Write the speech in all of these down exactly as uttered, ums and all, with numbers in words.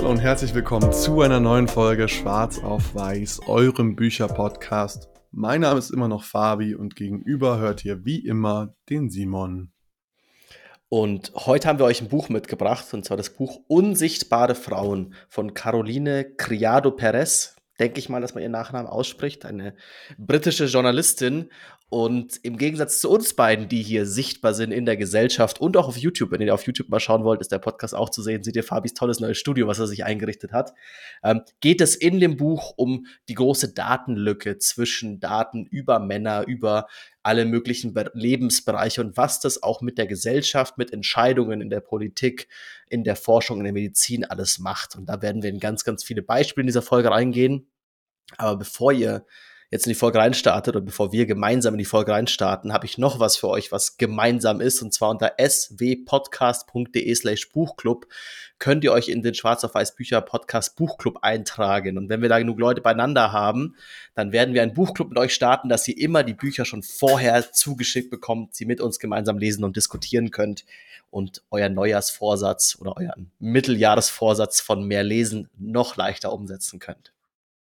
Hallo und herzlich willkommen zu einer neuen Folge Schwarz auf Weiß, eurem Bücher-Podcast. Mein Name ist immer noch Fabi und gegenüber hört ihr wie immer den Simon. Und heute haben wir euch ein Buch mitgebracht, und zwar das Buch Unsichtbare Frauen von Caroline Criado Perez. Denke ich mal, dass man ihren Nachnamen ausspricht. Eine britische Journalistin. Und im Gegensatz zu uns beiden, die hier sichtbar sind in der Gesellschaft und auch auf YouTube, wenn ihr auf YouTube mal schauen wollt, ist der Podcast auch zu sehen, seht ihr Fabis tolles neues Studio, was er sich eingerichtet hat, ähm, geht es in dem Buch um die große Datenlücke zwischen Daten über Männer, über alle möglichen Be- Lebensbereiche und was das auch mit der Gesellschaft, mit Entscheidungen in der Politik, in der Forschung, in der Medizin alles macht. Und da werden wir in ganz, ganz viele Beispiele in dieser Folge reingehen. Aber bevor ihr jetzt in die Folge reinstartet und bevor wir gemeinsam in die Folge reinstarten, habe ich noch was für euch, was gemeinsam ist. Und zwar unter swpodcast.de slash Buchclub könnt ihr euch in den Schwarz auf Weiß Bücher Podcast Buchclub eintragen. Und wenn wir da genug Leute beieinander haben, dann werden wir einen Buchclub mit euch starten, dass ihr immer die Bücher schon vorher zugeschickt bekommt, sie mit uns gemeinsam lesen und diskutieren könnt und euren Neujahrsvorsatz oder euren Mitteljahresvorsatz von mehr Lesen noch leichter umsetzen könnt.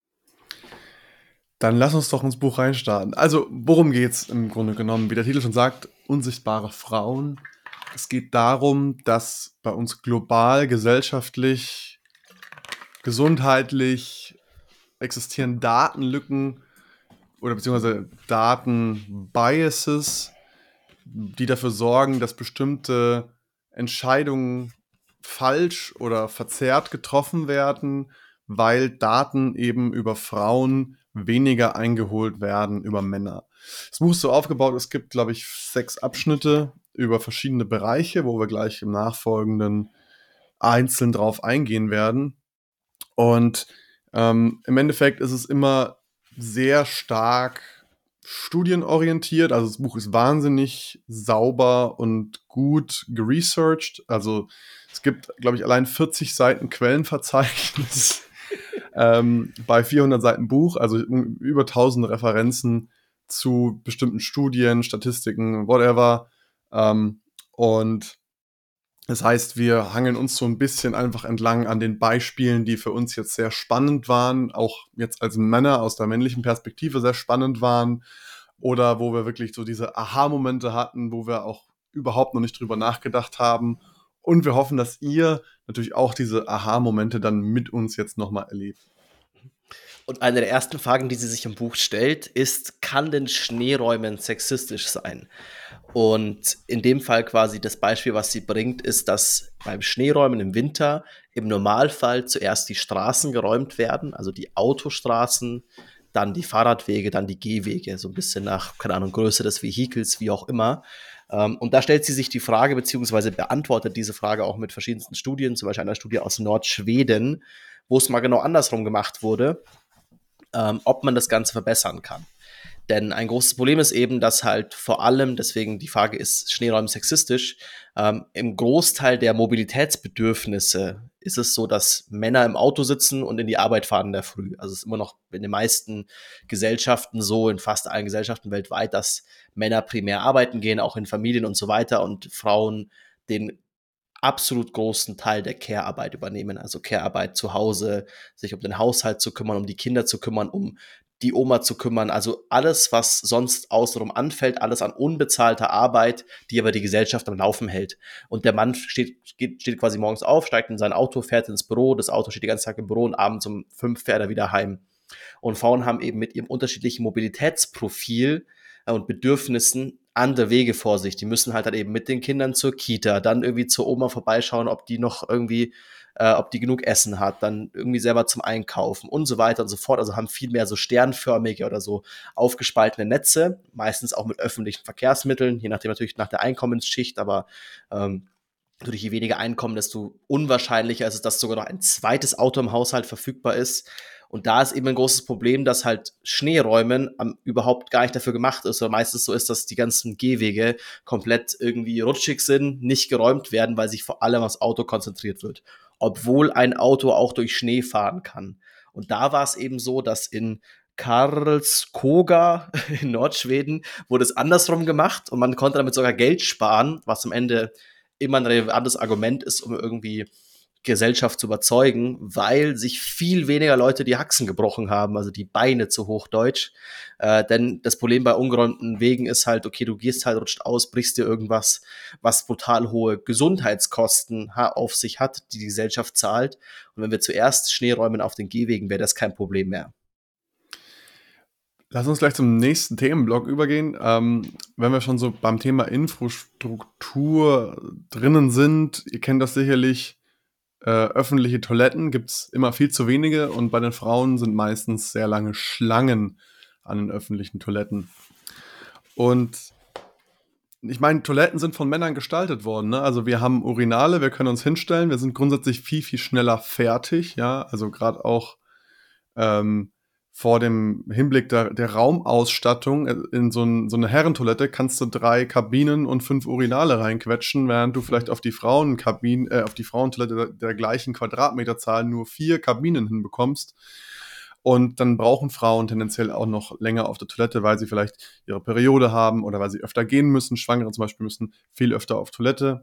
Dann lass uns doch ins Buch reinstarten. Also, worum geht's im Grunde genommen? Wie der Titel schon sagt, unsichtbare Frauen. Es geht darum, dass bei uns global, gesellschaftlich, gesundheitlich existieren Datenlücken oder beziehungsweise Datenbiases, die dafür sorgen, dass bestimmte Entscheidungen falsch oder verzerrt getroffen werden, weil Daten eben über Frauen weniger eingeholt werden über Männer. Das Buch ist so aufgebaut, es gibt, glaube ich, sechs Abschnitte über verschiedene Bereiche, wo wir gleich im Nachfolgenden einzeln drauf eingehen werden. Und ähm, im Endeffekt ist es immer sehr stark studienorientiert. Also das Buch ist wahnsinnig sauber und gut geresearched. Also es gibt, glaube ich, allein vierzig Seiten Quellenverzeichnis ähm, bei vierhundert Seiten Buch. Also über tausend Referenzen zu bestimmten Studien, Statistiken, whatever. Ähm, und das heißt, wir hangeln uns so ein bisschen einfach entlang an den Beispielen, die für uns jetzt sehr spannend waren, auch jetzt als Männer aus der männlichen Perspektive sehr spannend waren oder wo wir wirklich so diese Aha-Momente hatten, wo wir auch überhaupt noch nicht drüber nachgedacht haben. Und wir hoffen, dass ihr natürlich auch diese Aha-Momente dann mit uns jetzt nochmal erlebt. Und eine der ersten Fragen, die sie sich im Buch stellt, ist, kann denn Schneeräumen sexistisch sein? Und in dem Fall quasi das Beispiel, was sie bringt, ist, dass beim Schneeräumen im Winter im Normalfall zuerst die Straßen geräumt werden, also die Autostraßen, dann die Fahrradwege, dann die Gehwege, so ein bisschen nach, keine Ahnung, Größe des Vehikels, wie auch immer. Ähm, und da stellt sie sich die Frage, beziehungsweise beantwortet diese Frage auch mit verschiedensten Studien, zum Beispiel einer Studie aus Nordschweden, wo es mal genau andersrum gemacht wurde, ähm, ob man das Ganze verbessern kann. Denn ein großes Problem ist eben, dass halt vor allem, deswegen die Frage ist, Schneeräumen sexistisch, ähm, im Großteil der Mobilitätsbedürfnisse ist es so, dass Männer im Auto sitzen und in die Arbeit fahren in der Früh. Also es ist immer noch in den meisten Gesellschaften so, in fast allen Gesellschaften weltweit, dass Männer primär arbeiten gehen, auch in Familien und so weiter, und Frauen den absolut großen Teil der Care-Arbeit übernehmen. Also Care-Arbeit zu Hause, sich um den Haushalt zu kümmern, um die Kinder zu kümmern, um die Oma zu kümmern. Also alles, was sonst außenrum anfällt, alles an unbezahlter Arbeit, die aber die Gesellschaft am Laufen hält. Und der Mann steht, geht, steht quasi morgens auf, steigt in sein Auto, fährt ins Büro. Das Auto steht den ganzen Tag im Büro und abends um fünf fährt er wieder heim. Und Frauen haben eben mit ihrem unterschiedlichen Mobilitätsprofil äh, und Bedürfnissen andere Wege vor sich. Die müssen halt dann eben mit den Kindern zur Kita, dann irgendwie zur Oma vorbeischauen, ob die noch irgendwie, äh, ob die genug Essen hat, dann irgendwie selber zum Einkaufen und so weiter und so fort. Also haben viel mehr so sternförmige oder so aufgespaltene Netze, meistens auch mit öffentlichen Verkehrsmitteln, je nachdem natürlich nach der Einkommensschicht, aber ähm, durch je weniger Einkommen, desto unwahrscheinlicher ist es, dass sogar noch ein zweites Auto im Haushalt verfügbar ist. Und da ist eben ein großes Problem, dass halt Schneeräumen am, überhaupt gar nicht dafür gemacht ist. Oder meistens so ist, dass die ganzen Gehwege komplett irgendwie rutschig sind, nicht geräumt werden, weil sich vor allem aufs Auto konzentriert wird. Obwohl ein Auto auch durch Schnee fahren kann. Und da war es eben so, dass in Karlskoga in Nordschweden wurde es andersrum gemacht und man konnte damit sogar Geld sparen, was am Ende immer ein relevantes Argument ist, um irgendwie Gesellschaft zu überzeugen, weil sich viel weniger Leute die Haxen gebrochen haben, also die Beine zu Hochdeutsch. Äh, denn das Problem bei ungeräumten Wegen ist halt, okay, du gehst halt, rutscht aus, brichst dir irgendwas, was brutal hohe Gesundheitskosten ha- auf sich hat, die die Gesellschaft zahlt. Und wenn wir zuerst Schnee räumen auf den Gehwegen, wäre das kein Problem mehr. Lass uns gleich zum nächsten Themenblock übergehen. Ähm, wenn wir schon so beim Thema Infrastruktur drinnen sind, ihr kennt das sicherlich, äh, öffentliche Toiletten gibt es immer viel zu wenige und bei den Frauen sind meistens sehr lange Schlangen an den öffentlichen Toiletten. Und ich meine, Toiletten sind von Männern gestaltet worden. Ne? Also wir haben Urinale, wir können uns hinstellen, wir sind grundsätzlich viel, viel schneller fertig. Ja, also gerade auch ähm, vor dem Hinblick der, der Raumausstattung, äh, in so, ein, so eine Herrentoilette kannst du drei Kabinen und fünf Urinale reinquetschen, während du vielleicht auf die Frauenkabinen, äh, auf die Frauentoilette der, der gleichen Quadratmeterzahl nur vier Kabinen hinbekommst. Und dann brauchen Frauen tendenziell auch noch länger auf der Toilette, weil sie vielleicht ihre Periode haben oder weil sie öfter gehen müssen. Schwangere zum Beispiel müssen viel öfter auf Toilette.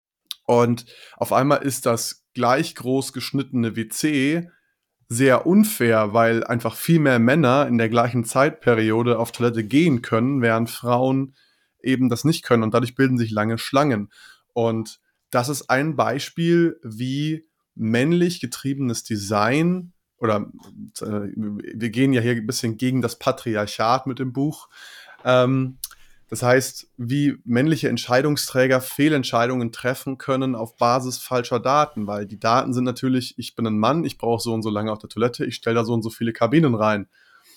Und auf einmal ist das gleich groß geschnittene W C sehr unfair, weil einfach viel mehr Männer in der gleichen Zeitperiode auf Toilette gehen können, während Frauen eben das nicht können und dadurch bilden sich lange Schlangen. Und das ist ein Beispiel, wie männlich getriebenes Design oder äh, wir gehen ja hier ein bisschen gegen das Patriarchat mit dem Buch. Ähm, das heißt, wie männliche Entscheidungsträger Fehlentscheidungen treffen können auf Basis falscher Daten, weil die Daten sind natürlich, ich bin ein Mann, ich brauche so und so lange auf der Toilette, ich stelle da so und so viele Kabinen rein.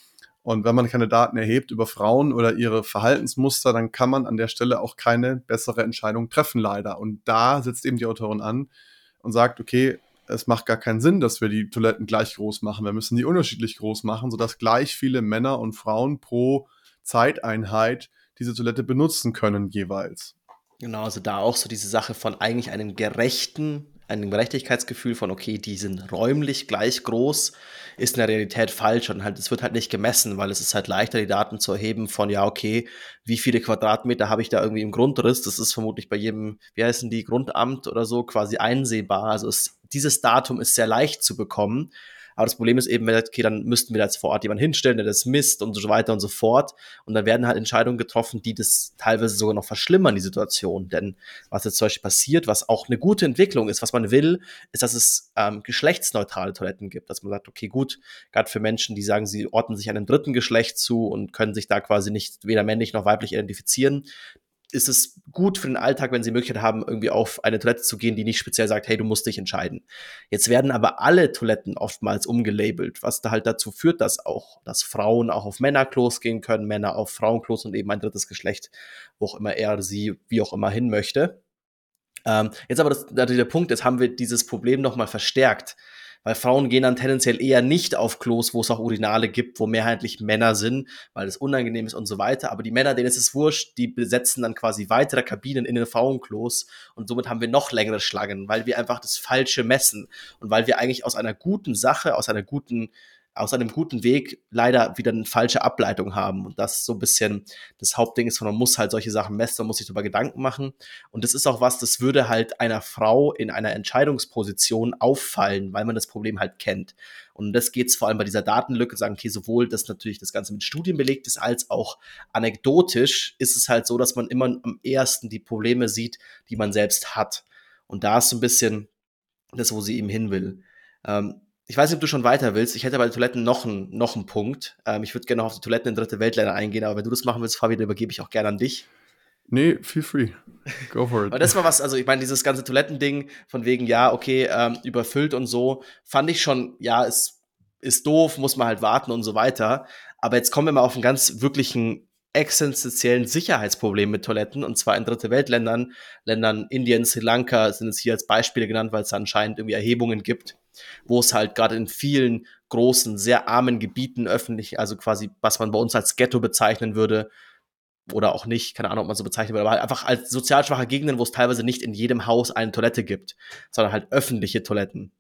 Und wenn man keine Daten erhebt über Frauen oder ihre Verhaltensmuster, dann kann man an der Stelle auch keine bessere Entscheidung treffen, leider. Und da setzt eben die Autorin an und sagt, okay, es macht gar keinen Sinn, dass wir die Toiletten gleich groß machen. Wir müssen die unterschiedlich groß machen, sodass gleich viele Männer und Frauen pro Zeiteinheit diese Toilette benutzen können jeweils. Genau, also da auch so diese Sache von eigentlich einem gerechten, einem Gerechtigkeitsgefühl von, okay, die sind räumlich gleich groß, ist in der Realität falsch und halt, es wird halt nicht gemessen, weil es ist halt leichter, die Daten zu erheben von, ja, okay, wie viele Quadratmeter habe ich da irgendwie im Grundriss? Das ist vermutlich bei jedem, wie heißen die, Grundamt oder so quasi einsehbar. Also es, dieses Datum ist sehr leicht zu bekommen. Aber das Problem ist eben, okay, dann müssten wir da jetzt vor Ort jemanden hinstellen, der das misst und so weiter und so fort. Und dann werden halt Entscheidungen getroffen, die das teilweise sogar noch verschlimmern, die Situation. Denn was jetzt zum Beispiel passiert, was auch eine gute Entwicklung ist, was man will, ist, dass es ähm, geschlechtsneutrale Toiletten gibt. Dass man sagt, okay, gut, gerade für Menschen, die sagen, sie ordnen sich einem dritten Geschlecht zu und können sich da quasi nicht weder männlich noch weiblich identifizieren, ist es gut für den Alltag, wenn sie die Möglichkeit haben, irgendwie auf eine Toilette zu gehen, die nicht speziell sagt, hey, du musst dich entscheiden. Jetzt werden aber alle Toiletten oftmals umgelabelt, was da halt dazu führt, dass auch, dass Frauen auch auf Männerklos gehen können, Männer auf Frauenklos und eben ein drittes Geschlecht, wo auch immer er, sie, wie auch immer hin möchte. Ähm, jetzt aber das, natürlich der Punkt, jetzt haben wir dieses Problem nochmal verstärkt. Weil Frauen gehen dann tendenziell eher nicht auf Klos, wo es auch Urinale gibt, wo mehrheitlich Männer sind, weil es unangenehm ist und so weiter. Aber die Männer, denen ist es wurscht, die besetzen dann quasi weitere Kabinen in den Frauenklos und somit haben wir noch längere Schlangen, weil wir einfach das Falsche messen und weil wir eigentlich aus einer guten Sache, aus einer guten aus einem guten Weg leider wieder eine falsche Ableitung haben. Und das so ein bisschen das Hauptding ist, man muss halt solche Sachen messen, man muss sich darüber Gedanken machen. Und das ist auch was, das würde halt einer Frau in einer Entscheidungsposition auffallen, weil man das Problem halt kennt. Und das geht es vor allem bei dieser Datenlücke, sagen, okay, sowohl, dass natürlich das Ganze mit Studien belegt ist, als auch anekdotisch ist es halt so, dass man immer am ehesten die Probleme sieht, die man selbst hat. Und da ist so ein bisschen das, wo sie eben hin will. Ähm, ich weiß nicht, ob du schon weiter willst. Ich hätte bei den Toiletten noch einen noch einen Punkt. Ähm, ich würde gerne noch auf die Toiletten in dritte Weltländer eingehen, aber wenn du das machen willst, Fabi, dann übergebe ich auch gerne an dich. Nee, feel free. Go for it. Aber das war was, also ich meine, dieses ganze Toilettending von wegen, ja, okay, ähm, überfüllt und so, fand ich schon, ja, es ist doof, muss man halt warten und so weiter. Aber jetzt kommen wir mal auf einen ganz wirklichen existenziellen Sicherheitsproblem mit Toiletten, und zwar in dritte Weltländern, Ländern Indien, Sri Lanka sind es hier als Beispiele genannt, weil es anscheinend irgendwie Erhebungen gibt, wo es halt gerade in vielen großen, sehr armen Gebieten öffentlich, also quasi, was man bei uns als Ghetto bezeichnen würde, oder auch nicht, keine Ahnung, ob man so bezeichnet wird, aber halt einfach als sozial schwache Gegenden, wo es teilweise nicht in jedem Haus eine Toilette gibt, sondern halt öffentliche Toiletten.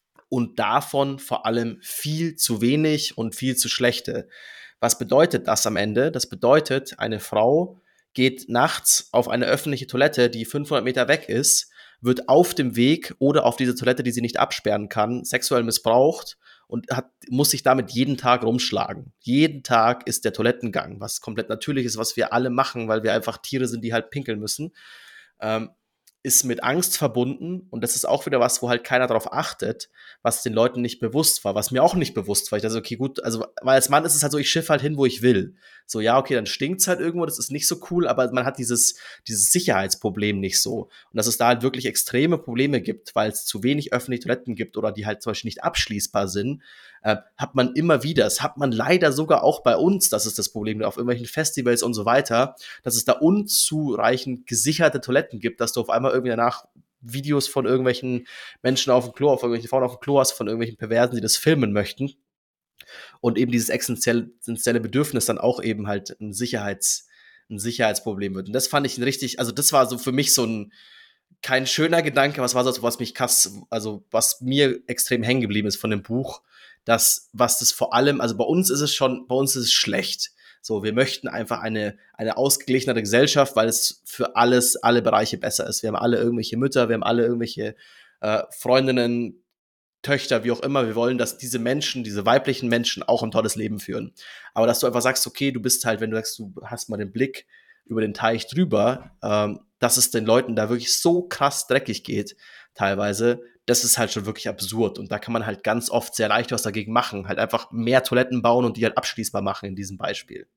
Und davon vor allem viel zu wenig und viel zu schlechte. Was bedeutet das am Ende? Das bedeutet, eine Frau geht nachts auf eine öffentliche Toilette, die fünfhundert Meter weg ist, wird auf dem Weg oder auf diese Toilette, die sie nicht absperren kann, sexuell missbraucht und hat, muss sich damit jeden Tag rumschlagen. Jeden Tag ist der Toilettengang, was komplett natürlich ist, was wir alle machen, weil wir einfach Tiere sind, die halt pinkeln müssen. Ähm, ist mit Angst verbunden und das ist auch wieder was, wo halt keiner darauf achtet, was den Leuten nicht bewusst war, was mir auch nicht bewusst war. Ich dachte, okay, gut, also, weil als Mann ist es halt so, ich schiffe halt hin, wo ich will. So, ja, okay, dann stinkt's halt irgendwo, das ist nicht so cool, aber man hat dieses, dieses Sicherheitsproblem nicht so. Und dass es da halt wirklich extreme Probleme gibt, weil es zu wenig öffentliche Toiletten gibt oder die halt zum Beispiel nicht abschließbar sind, äh, hat man immer wieder. Das hat man leider sogar auch bei uns, das ist das Problem, auf irgendwelchen Festivals und so weiter, dass es da unzureichend gesicherte Toiletten gibt, dass du auf einmal irgendwie danach Videos von irgendwelchen Menschen auf dem Klo, auf irgendwelchen Frauen auf dem Klo hast, von irgendwelchen Perversen, die das filmen möchten. Und eben dieses existenzielle, existenzielle Bedürfnis dann auch eben halt ein Sicherheits, ein Sicherheitsproblem wird. Und das fand ich ein richtig, also das war so für mich so ein, kein schöner Gedanke, was war so, was mich krass, also was mir extrem hängen geblieben ist von dem Buch, dass, was das vor allem, also bei uns ist es schon, bei uns ist es schlecht. So, wir möchten einfach eine, eine ausgeglichenere Gesellschaft, weil es für alles, alle Bereiche besser ist. Wir haben alle irgendwelche Mütter, wir haben alle irgendwelche äh, Freundinnen, Töchter, wie auch immer. Wir wollen, dass diese Menschen, diese weiblichen Menschen auch ein tolles Leben führen. Aber dass du einfach sagst, okay, du bist halt, wenn du sagst, du hast mal den Blick über den Teich drüber, ähm, dass es den Leuten da wirklich so krass dreckig geht, teilweise, das ist halt schon wirklich absurd. Und da kann man halt ganz oft sehr leicht was dagegen machen. Halt einfach mehr Toiletten bauen und die halt abschließbar machen in diesem Beispiel.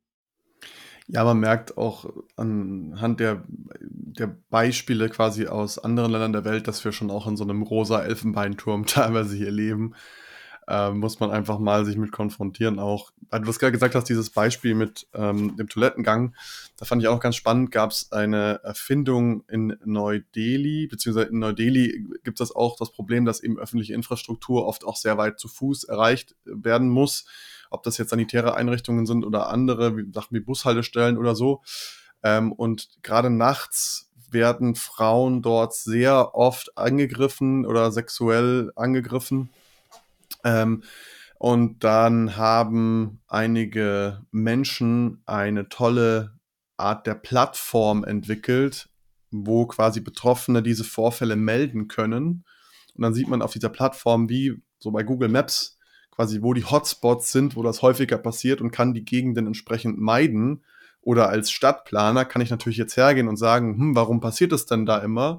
Ja, man merkt auch anhand der, der Beispiele quasi aus anderen Ländern der Welt, dass wir schon auch in so einem rosa Elfenbeinturm teilweise hier leben. Äh, muss man einfach mal sich mit konfrontieren auch. Weil du das gerade gesagt hast, dieses Beispiel mit ähm, dem Toilettengang, da fand ich auch ganz spannend, gab es eine Erfindung in Neu-Delhi, beziehungsweise in Neu-Delhi gibt es das auch das Problem, dass eben öffentliche Infrastruktur oft auch sehr weit zu Fuß erreicht werden muss. Ob das jetzt sanitäre Einrichtungen sind oder andere, wie Sachen wie Bushaltestellen oder so. Ähm, und gerade nachts werden Frauen dort sehr oft angegriffen oder sexuell angegriffen. Ähm, und dann haben einige Menschen eine tolle Art der Plattform entwickelt, wo quasi Betroffene diese Vorfälle melden können. Und dann sieht man auf dieser Plattform, wie so bei Google Maps, quasi wo die Hotspots sind, wo das häufiger passiert und kann die Gegenden entsprechend meiden. Oder als Stadtplaner kann ich natürlich jetzt hergehen und sagen, hm, warum passiert das denn da immer?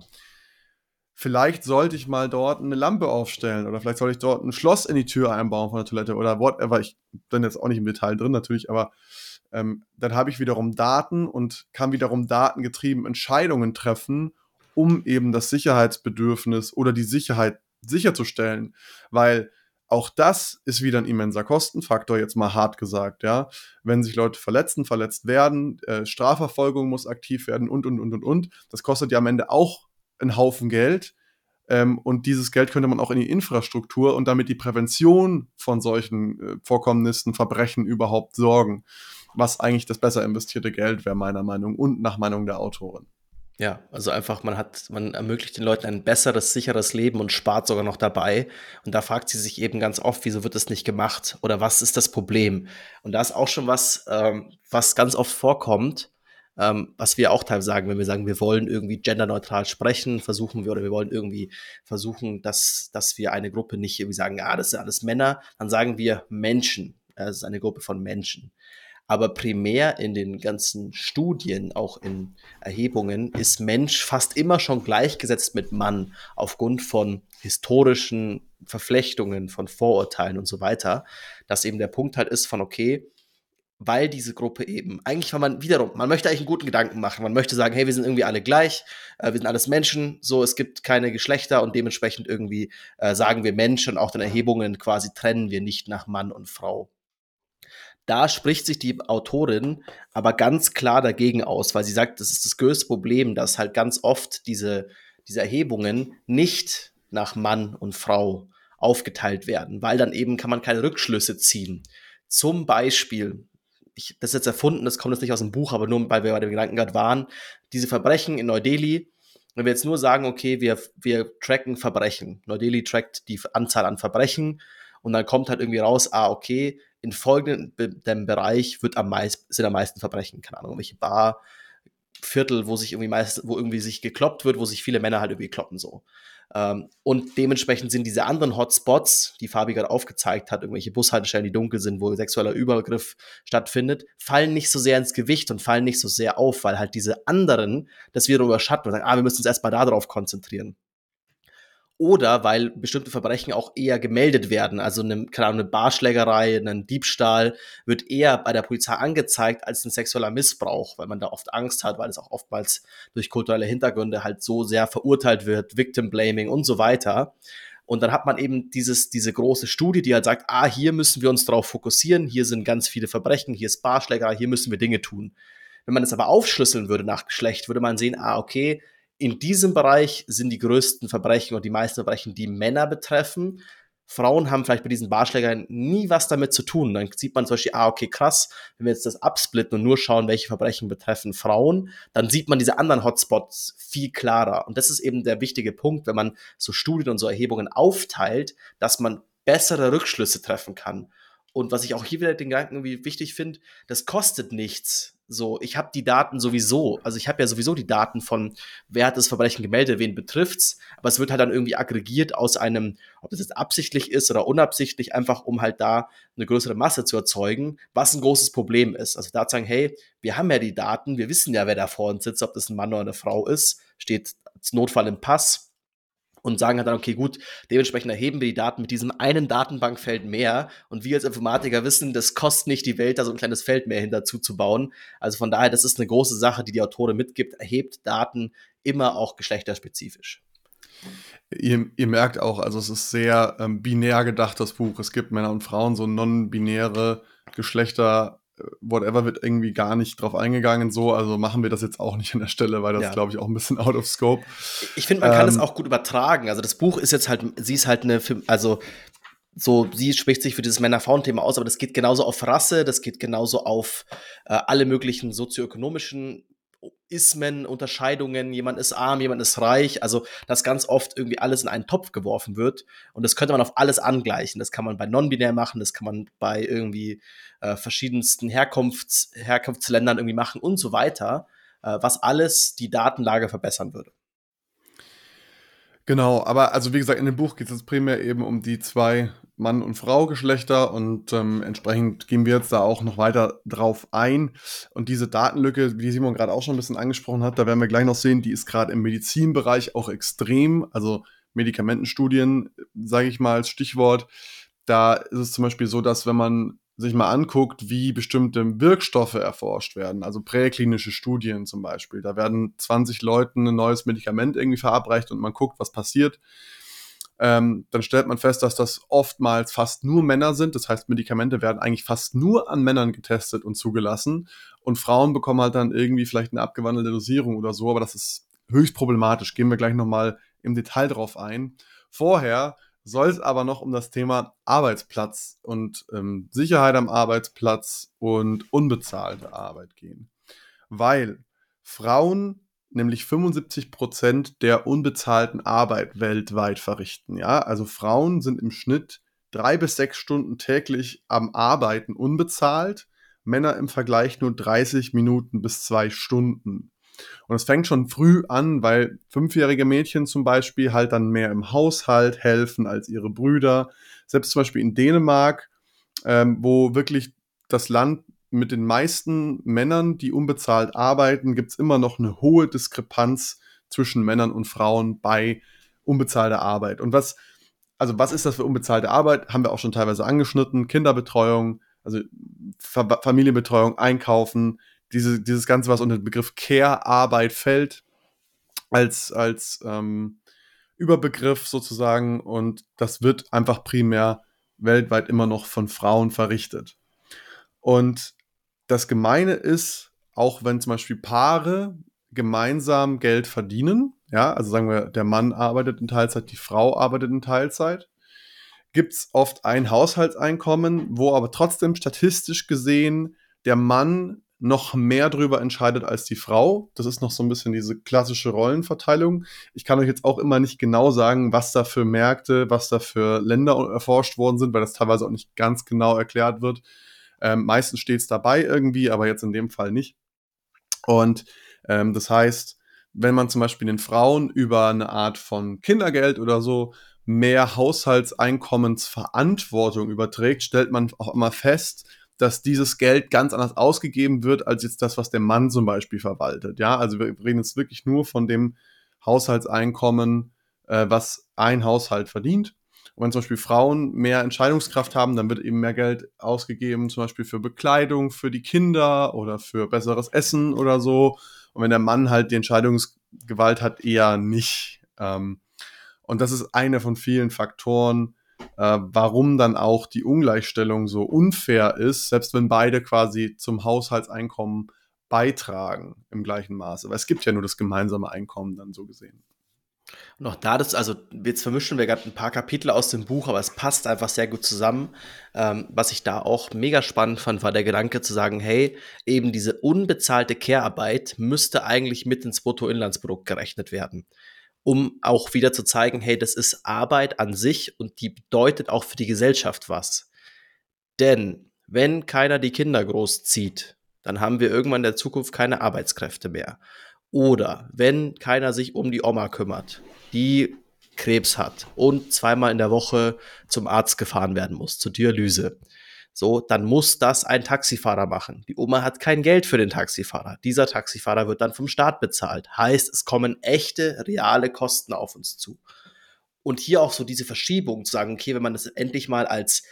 Vielleicht sollte ich mal dort eine Lampe aufstellen oder vielleicht sollte ich dort ein Schloss in die Tür einbauen von der Toilette oder whatever. Ich bin jetzt auch nicht im Detail drin natürlich, aber ähm, dann habe ich wiederum Daten und kann wiederum datengetrieben Entscheidungen treffen, um eben das Sicherheitsbedürfnis oder die Sicherheit sicherzustellen. Weil auch das ist wieder ein immenser Kostenfaktor, jetzt mal hart gesagt, ja. Wenn sich Leute verletzen, verletzt werden, äh, Strafverfolgung muss aktiv werden und, und, und, und, und. Das kostet ja am Ende auch einen Haufen Geld. Ähm, und dieses Geld könnte man auch in die Infrastruktur und damit die Prävention von solchen äh, Vorkommnissen, Verbrechen überhaupt sorgen. Was eigentlich das besser investierte Geld wäre, meiner Meinung und nach Meinung der Autorin. Ja, also einfach, man hat, man ermöglicht den Leuten ein besseres, sicheres Leben und spart sogar noch dabei. Und da fragt sie sich eben ganz oft, wieso wird das nicht gemacht? Oder was ist das Problem? Und da ist auch schon was, ähm, was ganz oft vorkommt, ähm, was wir auch teilweise sagen, wenn wir sagen, wir wollen irgendwie genderneutral sprechen, versuchen wir, oder wir wollen irgendwie versuchen, dass, dass wir eine Gruppe nicht irgendwie sagen, ah, das sind alles Männer, dann sagen wir Menschen. Ja, das ist eine Gruppe von Menschen. Aber primär in den ganzen Studien, auch in Erhebungen, ist Mensch fast immer schon gleichgesetzt mit Mann aufgrund von historischen Verflechtungen, von Vorurteilen und so weiter. Dass eben der Punkt halt ist von, okay, weil diese Gruppe eben, eigentlich, weil man wiederum, man möchte eigentlich einen guten Gedanken machen. Man möchte sagen, hey, wir sind irgendwie alle gleich, äh, wir sind alles Menschen, so, es gibt keine Geschlechter und dementsprechend irgendwie äh, sagen wir Menschen, auch in Erhebungen quasi trennen wir nicht nach Mann und Frau. Da spricht sich die Autorin aber ganz klar dagegen aus, weil sie sagt, das ist das größte Problem, dass halt ganz oft diese, diese Erhebungen nicht nach Mann und Frau aufgeteilt werden, weil dann eben kann man keine Rückschlüsse ziehen. Zum Beispiel, ich, das ist jetzt erfunden, das kommt jetzt nicht aus dem Buch, aber nur weil wir bei dem Gedanken gerade waren, diese Verbrechen in Neu-Delhi, wenn wir jetzt nur sagen, okay, wir, wir tracken Verbrechen, Neu-Delhi trackt die Anzahl an Verbrechen und dann kommt halt irgendwie raus, ah, okay, in folgendem Bereich wird am meisten, sind am meisten Verbrechen, keine Ahnung, welche Bar, Viertel, wo sich irgendwie meist, wo irgendwie sich gekloppt wird, wo sich viele Männer halt irgendwie kloppen so. Ähm, und dementsprechend sind diese anderen Hotspots, die Fabi gerade aufgezeigt hat, irgendwelche Bushaltestellen, die dunkel sind, wo sexueller Übergriff stattfindet, fallen nicht so sehr ins Gewicht und fallen nicht so sehr auf, weil halt diese anderen das wiederum überschatten und sagen, ah, wir müssen uns erstmal darauf konzentrieren. Oder weil bestimmte Verbrechen auch eher gemeldet werden. Also eine, keine Ahnung, eine Barschlägerei, ein Diebstahl wird eher bei der Polizei angezeigt als ein sexueller Missbrauch, weil man da oft Angst hat, weil es auch oftmals durch kulturelle Hintergründe halt so sehr verurteilt wird, Victim Blaming und so weiter. Und dann hat man eben dieses, diese große Studie, die halt sagt, ah, hier müssen wir uns drauf fokussieren, hier sind ganz viele Verbrechen, hier ist Barschlägerei, hier müssen wir Dinge tun. Wenn man das aber aufschlüsseln würde nach Geschlecht, würde man sehen, ah, okay, in diesem Bereich sind die größten Verbrechen und die meisten Verbrechen, die Männer betreffen. Frauen haben vielleicht bei diesen Barschlägern nie was damit zu tun. Dann sieht man zum Beispiel, ah, okay, krass, wenn wir jetzt das absplitten und nur schauen, welche Verbrechen betreffen Frauen, dann sieht man diese anderen Hotspots viel klarer. Und das ist eben der wichtige Punkt, wenn man so Studien und so Erhebungen aufteilt, dass man bessere Rückschlüsse treffen kann. Und was ich auch hier wieder den Gedanken irgendwie wichtig finde, das kostet nichts. So, ich habe die Daten sowieso, also ich habe ja sowieso die Daten von, wer hat das Verbrechen gemeldet, wen betrifft's, aber es wird halt dann irgendwie aggregiert aus einem, ob das jetzt absichtlich ist oder unabsichtlich, einfach um halt da eine größere Masse zu erzeugen, was ein großes Problem ist. Also da zu sagen, hey, wir haben ja die Daten, wir wissen ja, wer da vor uns sitzt, ob das ein Mann oder eine Frau ist, steht als Notfall im Pass. Und sagen halt dann, okay, gut, dementsprechend erheben wir die Daten mit diesem einen Datenbankfeld mehr. Und wir als Informatiker wissen, das kostet nicht die Welt, da so ein kleines Feld mehr hinterzu zu bauen. Also von daher, das ist eine große Sache, die die Autorin mitgibt, erhebt Daten immer auch geschlechterspezifisch. Ihr, ihr merkt auch, also es ist sehr ähm, binär gedacht, das Buch. Es gibt Männer und Frauen, so non-binäre Geschlechter, whatever, wird irgendwie gar nicht drauf eingegangen. So, also machen wir das jetzt auch nicht an der Stelle, weil das, ja, glaube ich, auch ein bisschen out of scope. Ich finde, man ähm, kann es auch gut übertragen. Also das Buch ist jetzt halt, sie ist halt eine, also so, sie spricht sich für dieses Männer-Frauen-Thema aus, aber das geht genauso auf Rasse, das geht genauso auf äh, alle möglichen sozioökonomischen Ismen, Unterscheidungen, jemand ist arm, jemand ist reich, also dass ganz oft irgendwie alles in einen Topf geworfen wird und das könnte man auf alles angleichen. Das kann man bei non-binär machen, das kann man bei irgendwie äh, verschiedensten Herkunfts- Herkunftsländern irgendwie machen und so weiter, äh, was alles die Datenlage verbessern würde. Genau, aber also wie gesagt, in dem Buch geht es jetzt primär eben um die zwei Mann- und Frau-Geschlechter und ähm, entsprechend gehen wir jetzt da auch noch weiter drauf ein. Und diese Datenlücke, wie Simon gerade auch schon ein bisschen angesprochen hat, da werden wir gleich noch sehen, die ist gerade im Medizinbereich auch extrem. Also Medikamentenstudien, sage ich mal als Stichwort, da ist es zum Beispiel so, dass wenn man sich mal anguckt, wie bestimmte Wirkstoffe erforscht werden, also präklinische Studien zum Beispiel. Da werden zwanzig Leuten ein neues Medikament irgendwie verabreicht und man guckt, was passiert. Ähm, dann stellt man fest, dass das oftmals fast nur Männer sind. Das heißt, Medikamente werden eigentlich fast nur an Männern getestet und zugelassen. Und Frauen bekommen halt dann irgendwie vielleicht eine abgewandelte Dosierung oder so, aber das ist höchst problematisch. Gehen wir gleich nochmal im Detail drauf ein. Vorher soll es aber noch um das Thema Arbeitsplatz und ähm, Sicherheit am Arbeitsplatz und unbezahlte Arbeit gehen. Weil Frauen nämlich fünfundsiebzig Prozent der unbezahlten Arbeit weltweit verrichten. Ja? Also Frauen sind im Schnitt drei bis sechs Stunden täglich am Arbeiten unbezahlt, Männer im Vergleich nur dreißig Minuten bis zwei Stunden. Und es fängt schon früh an, weil fünfjährige Mädchen zum Beispiel halt dann mehr im Haushalt helfen als ihre Brüder. Selbst zum Beispiel in Dänemark, ähm, wo wirklich das Land mit den meisten Männern, die unbezahlt arbeiten, gibt es immer noch eine hohe Diskrepanz zwischen Männern und Frauen bei unbezahlter Arbeit. Und was, also was ist das für unbezahlte Arbeit? Haben wir auch schon teilweise angeschnitten. Kinderbetreuung, also Ver- Familienbetreuung, Einkaufen, Diese, dieses Ganze, was unter den Begriff Care-Arbeit fällt, als, als ähm, Überbegriff sozusagen. Und das wird einfach primär weltweit immer noch von Frauen verrichtet. Und das Gemeine ist, auch wenn zum Beispiel Paare gemeinsam Geld verdienen, ja, also sagen wir, der Mann arbeitet in Teilzeit, die Frau arbeitet in Teilzeit, gibt es oft ein Haushaltseinkommen, wo aber trotzdem statistisch gesehen der Mann noch mehr drüber entscheidet als die Frau. Das ist noch so ein bisschen diese klassische Rollenverteilung. Ich kann euch jetzt auch immer nicht genau sagen, was da für Märkte, was da für Länder erforscht worden sind, weil das teilweise auch nicht ganz genau erklärt wird. Ähm, meistens steht es dabei irgendwie, aber jetzt in dem Fall nicht. Und Ähm, das heißt, wenn man zum Beispiel den Frauen über eine Art von Kindergeld oder so mehr Haushaltseinkommensverantwortung überträgt, stellt man auch immer fest, dass dieses Geld ganz anders ausgegeben wird, als jetzt das, was der Mann zum Beispiel verwaltet. Ja, also wir reden jetzt wirklich nur von dem Haushaltseinkommen, äh, was ein Haushalt verdient. Und wenn zum Beispiel Frauen mehr Entscheidungskraft haben, dann wird eben mehr Geld ausgegeben, zum Beispiel für Bekleidung für die Kinder oder für besseres Essen oder so. Und wenn der Mann halt die Entscheidungsgewalt hat, eher nicht. Ähm, und das ist eine von vielen Faktoren, äh, warum dann auch die Ungleichstellung so unfair ist, selbst wenn beide quasi zum Haushaltseinkommen beitragen im gleichen Maße. Weil es gibt ja nur das gemeinsame Einkommen dann so gesehen. Und auch da, das, also jetzt vermischen wir gerade ein paar Kapitel aus dem Buch, aber es passt einfach sehr gut zusammen. Ähm, was ich da auch mega spannend fand, war der Gedanke zu sagen, hey, eben diese unbezahlte Care-Arbeit müsste eigentlich mit ins Bruttoinlandsprodukt gerechnet werden, um auch wieder zu zeigen, hey, das ist Arbeit an sich und die bedeutet auch für die Gesellschaft was. Denn wenn keiner die Kinder großzieht, dann haben wir irgendwann in der Zukunft keine Arbeitskräfte mehr. Oder wenn keiner sich um die Oma kümmert, die Krebs hat und zweimal in der Woche zum Arzt gefahren werden muss, zur Dialyse. So, dann muss das ein Taxifahrer machen. Die Oma hat kein Geld für den Taxifahrer. Dieser Taxifahrer wird dann vom Staat bezahlt. Heißt, es kommen echte, reale Kosten auf uns zu. Und hier auch so diese Verschiebung zu sagen, okay, wenn man das endlich mal als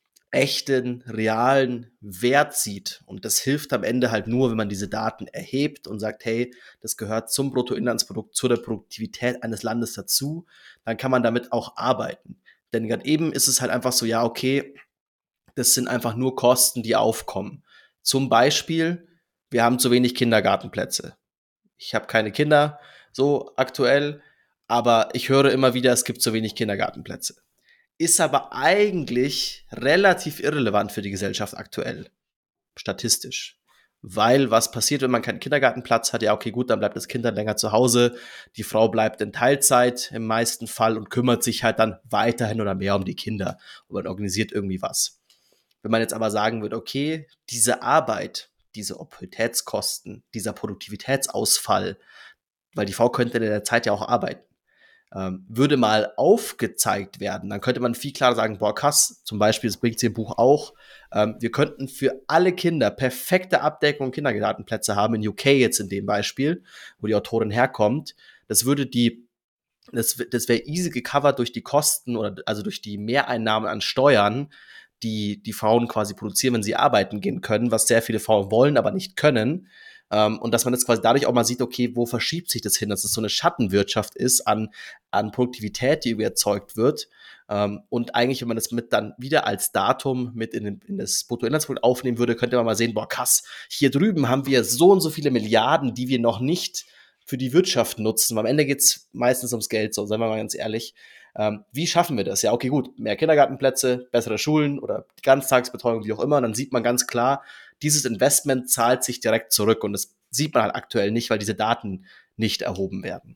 echten, realen Wert sieht. Und das hilft am Ende halt nur, wenn man diese Daten erhebt und sagt, hey, das gehört zum Bruttoinlandsprodukt, zu der Produktivität eines Landes dazu, dann kann man damit auch arbeiten. Denn gerade eben ist es halt einfach so, ja, okay, das sind einfach nur Kosten, die aufkommen. Zum Beispiel, wir haben zu wenig Kindergartenplätze. Ich habe keine Kinder, so aktuell, aber ich höre immer wieder, es gibt zu wenig Kindergartenplätze. Ist aber eigentlich relativ irrelevant für die Gesellschaft aktuell, statistisch. Weil was passiert, wenn man keinen Kindergartenplatz hat? Ja, okay, gut, dann bleibt das Kind dann länger zu Hause. Die Frau bleibt in Teilzeit im meisten Fall und kümmert sich halt dann weiterhin oder mehr um die Kinder. Und man organisiert irgendwie was. Wenn man jetzt aber sagen würde, okay, diese Arbeit, diese Opportunitätskosten, dieser Produktivitätsausfall, weil die Frau könnte in der Zeit ja auch arbeiten, ähm, würde mal aufgezeigt werden, dann könnte man viel klarer sagen, boah, krass, zum Beispiel, das bringt sie im Buch auch, ähm, wir könnten für alle Kinder perfekte Abdeckung Kindergartenplätze haben, in U K jetzt in dem Beispiel, wo die Autorin herkommt. Das würde die, das, das wäre easy gecovert durch die Kosten oder also durch die Mehreinnahmen an Steuern, die die Frauen quasi produzieren, wenn sie arbeiten gehen können, was sehr viele Frauen wollen, aber nicht können. Um, und dass man jetzt quasi dadurch auch mal sieht, okay, wo verschiebt sich das hin, dass es so eine Schattenwirtschaft ist an, an Produktivität, die irgendwie erzeugt wird. Um, und eigentlich, wenn man das mit dann wieder als Datum mit in, den, in das Bruttoinlandsprodukt aufnehmen würde, könnte man mal sehen, boah, krass, hier drüben haben wir so und so viele Milliarden, die wir noch nicht für die Wirtschaft nutzen. Am Ende geht es meistens ums Geld, so, seien wir mal ganz ehrlich. Um, wie schaffen wir das? Ja, okay, gut, mehr Kindergartenplätze, bessere Schulen oder Ganztagsbetreuung, wie auch immer. Und dann sieht man ganz klar, dieses Investment zahlt sich direkt zurück und das sieht man halt aktuell nicht, weil diese Daten nicht erhoben werden.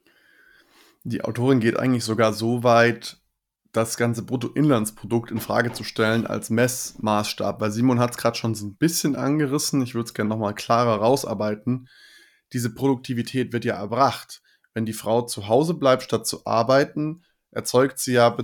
Die Autorin geht eigentlich sogar so weit, das ganze Bruttoinlandsprodukt in Frage zu stellen als Messmaßstab, weil Simon hat es gerade schon so ein bisschen angerissen, ich würde es gerne nochmal klarer rausarbeiten. Diese Produktivität wird ja erbracht. Wenn die Frau zu Hause bleibt, statt zu arbeiten, erzeugt sie ja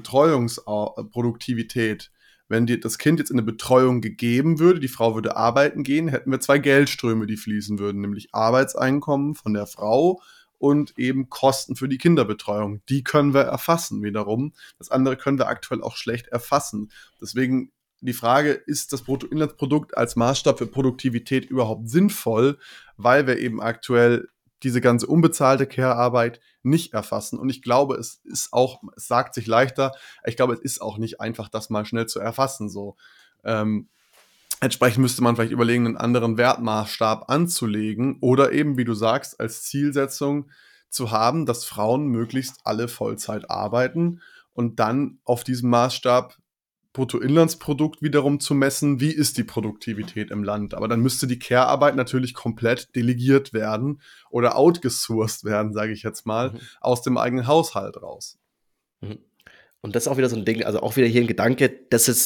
Betreuungsproduktivität. Wenn die, das Kind jetzt in eine Betreuung gegeben würde, die Frau würde arbeiten gehen, hätten wir zwei Geldströme, die fließen würden, nämlich Arbeitseinkommen von der Frau und eben Kosten für die Kinderbetreuung. Die können wir erfassen wiederum. Das andere können wir aktuell auch schlecht erfassen. Deswegen die Frage, ist das Bruttoinlandsprodukt als Maßstab für Produktivität überhaupt sinnvoll, weil wir eben aktuell diese ganze unbezahlte Care-Arbeit nicht erfassen. Und ich glaube, es ist auch, es sagt sich leichter, ich glaube, es ist auch nicht einfach, das mal schnell zu erfassen. So. Ähm, entsprechend müsste man vielleicht überlegen, einen anderen Wertmaßstab anzulegen oder eben, wie du sagst, als Zielsetzung zu haben, dass Frauen möglichst alle Vollzeit arbeiten und dann auf diesem Maßstab Bruttoinlandsprodukt wiederum zu messen, wie ist die Produktivität im Land. Aber dann müsste die Care-Arbeit natürlich komplett delegiert werden oder outgesourced werden, sage ich jetzt mal, mhm. aus dem eigenen Haushalt raus. Mhm. Und das ist auch wieder so ein Ding, also auch wieder hier ein Gedanke, das ist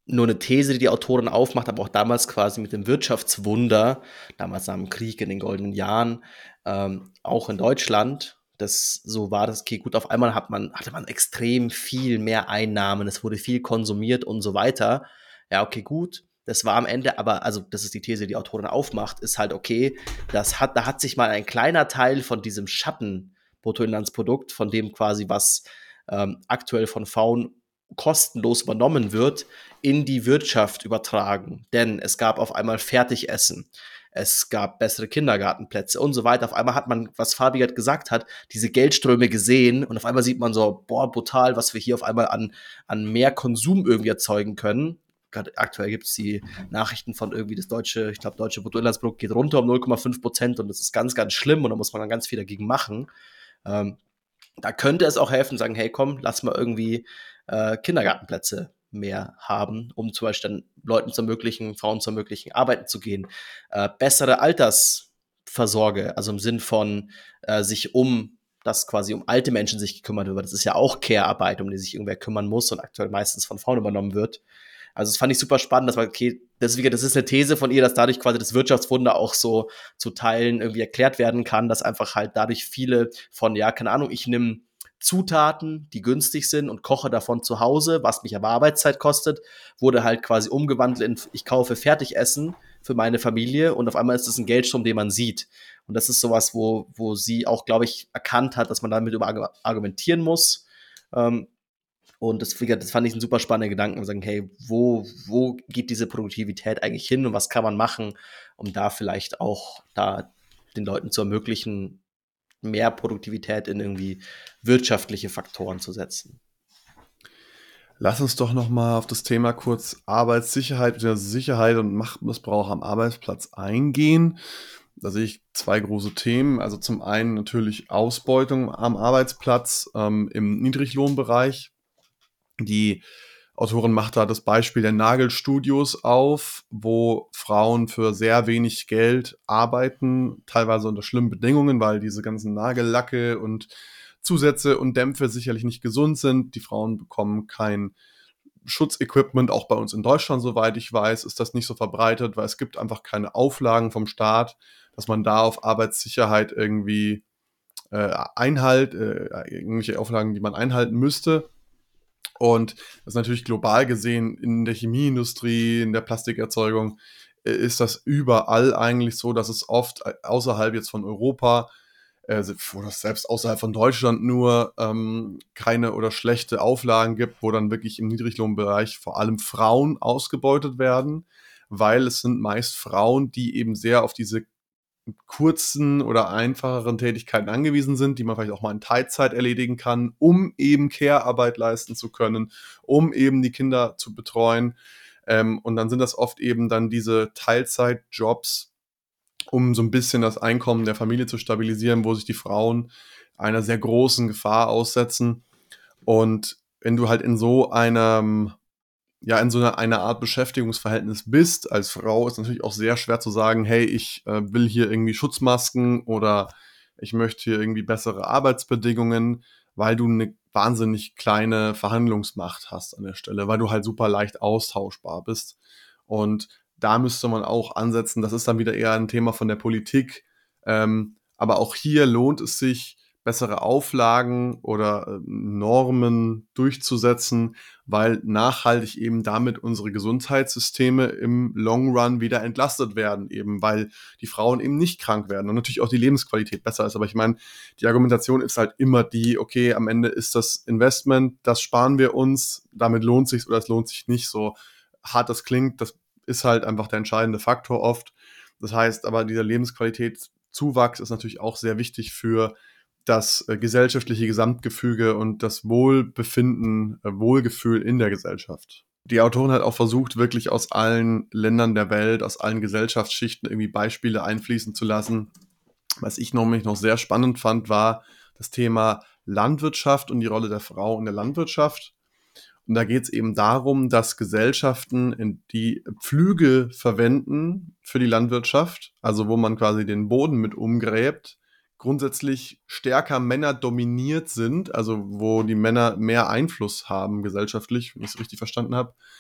nur eine These, die die Autorin aufmacht, aber auch damals quasi mit dem Wirtschaftswunder, damals nach dem Krieg in den goldenen Jahren, ähm, auch in Deutschland, das so war das, okay, gut, auf einmal hat man, hatte man extrem viel mehr Einnahmen, es wurde viel konsumiert und so weiter. Ja, okay, gut. Das war am Ende, aber, also, das ist die These, die die Autorin aufmacht, ist halt okay, das hat, da hat sich mal ein kleiner Teil von diesem Schatten-Bruttoinlandsprodukt, von dem quasi was ähm, aktuell von Frauen kostenlos übernommen wird, in die Wirtschaft übertragen. Denn es gab auf einmal Fertigessen, es gab bessere Kindergartenplätze und so weiter. Auf einmal hat man, was Fabi gerade gesagt hat, diese Geldströme gesehen und auf einmal sieht man so, boah, brutal, was wir hier auf einmal an, an mehr Konsum irgendwie erzeugen können. Gerade aktuell gibt es die Nachrichten von irgendwie das deutsche, ich glaube, deutsche Bruttoinlandsprodukt geht runter um null Komma fünf Prozent und das ist ganz, ganz schlimm und da muss man dann ganz viel dagegen machen. Ähm, Da könnte es auch helfen, sagen, hey, komm, lass mal irgendwie äh, Kindergartenplätze mehr haben, um zum Beispiel dann Leuten zu ermöglichen, Frauen zu ermöglichen, arbeiten zu gehen. Äh, bessere Altersversorge, also im Sinn von äh, sich um dass quasi um alte Menschen sich gekümmert wird. Das ist ja auch Care-Arbeit, um die sich irgendwer kümmern muss und aktuell meistens von Frauen übernommen wird. Also das fand ich super spannend, dass man, okay, deswegen, das ist eine These von ihr, dass dadurch quasi das Wirtschaftswunder auch so zu Teilen irgendwie erklärt werden kann, dass einfach halt dadurch viele von, ja, keine Ahnung, ich nehme Zutaten, die günstig sind und koche davon zu Hause, was mich aber Arbeitszeit kostet, wurde halt quasi umgewandelt in, ich kaufe Fertigessen für meine Familie und auf einmal ist es ein Geldstrom, den man sieht. Und das ist sowas, wo, wo sie auch, glaube ich, erkannt hat, dass man damit über argumentieren muss. Ähm, und das, das fand ich einen super spannenden Gedanken, und sagen, hey, wo, wo geht diese Produktivität eigentlich hin und was kann man machen, um da vielleicht auch da den Leuten zu ermöglichen, mehr Produktivität in irgendwie wirtschaftliche Faktoren zu setzen. Lass uns doch noch mal auf das Thema kurz Arbeitssicherheit, beziehungsweise Sicherheit und Machtmissbrauch am Arbeitsplatz eingehen. Da sehe ich zwei große Themen. Also zum einen natürlich Ausbeutung am Arbeitsplatz ähm, im Niedriglohnbereich. Die Autorin macht da das Beispiel der Nagelstudios auf, wo Frauen für sehr wenig Geld arbeiten, teilweise unter schlimmen Bedingungen, weil diese ganzen Nagellacke und Zusätze und Dämpfe sicherlich nicht gesund sind. Die Frauen bekommen kein Schutzequipment, auch bei uns in Deutschland, soweit ich weiß, ist das nicht so verbreitet, weil es gibt einfach keine Auflagen vom Staat, dass man da auf Arbeitssicherheit irgendwie äh, einhalt, äh, irgendwelche Auflagen, die man einhalten müsste. Und das ist natürlich global gesehen in der Chemieindustrie, in der Plastikerzeugung, äh, ist das überall eigentlich so, dass es oft äh, außerhalb jetzt von Europa äh, oder selbst außerhalb von Deutschland nur ähm, keine oder schlechte Auflagen gibt, wo dann wirklich im Niedriglohnbereich vor allem Frauen ausgebeutet werden, weil es sind meist Frauen, die eben sehr auf diese kurzen oder einfacheren Tätigkeiten angewiesen sind, die man vielleicht auch mal in Teilzeit erledigen kann, um eben Care-Arbeit leisten zu können, um eben die Kinder zu betreuen. Ähm, und dann sind das oft eben dann diese Teilzeitjobs, um so ein bisschen das Einkommen der Familie zu stabilisieren, wo sich die Frauen einer sehr großen Gefahr aussetzen. Und wenn du halt in so einem ja, in so einer, einer Art Beschäftigungsverhältnis bist als Frau, ist natürlich auch sehr schwer zu sagen, hey, ich äh, will hier irgendwie Schutzmasken oder ich möchte hier irgendwie bessere Arbeitsbedingungen, weil du eine wahnsinnig kleine Verhandlungsmacht hast an der Stelle, weil du halt super leicht austauschbar bist. Und da müsste man auch ansetzen, das ist dann wieder eher ein Thema von der Politik. Ähm, aber auch hier lohnt es sich, bessere Auflagen oder äh, Normen durchzusetzen, weil nachhaltig eben damit unsere Gesundheitssysteme im Long Run wieder entlastet werden, eben weil die Frauen eben nicht krank werden und natürlich auch die Lebensqualität besser ist. Aber ich meine, die Argumentation ist halt immer die, okay, am Ende ist das Investment, das sparen wir uns, damit lohnt sich oder es lohnt sich nicht, so hart das klingt, das ist halt einfach der entscheidende Faktor oft. Das heißt aber, dieser Lebensqualitätszuwachs ist natürlich auch sehr wichtig für das äh, gesellschaftliche Gesamtgefüge und das Wohlbefinden, äh, Wohlgefühl in der Gesellschaft. Die Autorin hat auch versucht, wirklich aus allen Ländern der Welt, aus allen Gesellschaftsschichten irgendwie Beispiele einfließen zu lassen. Was ich nämlich noch sehr spannend fand, war das Thema Landwirtschaft und die Rolle der Frau in der Landwirtschaft. Und da geht es eben darum, dass Gesellschaften, die Pflüge verwenden für die Landwirtschaft, also wo man quasi den Boden mit umgräbt, grundsätzlich stärker Männer dominiert sind, also wo die Männer mehr Einfluss haben gesellschaftlich, wenn ich es richtig verstanden habe,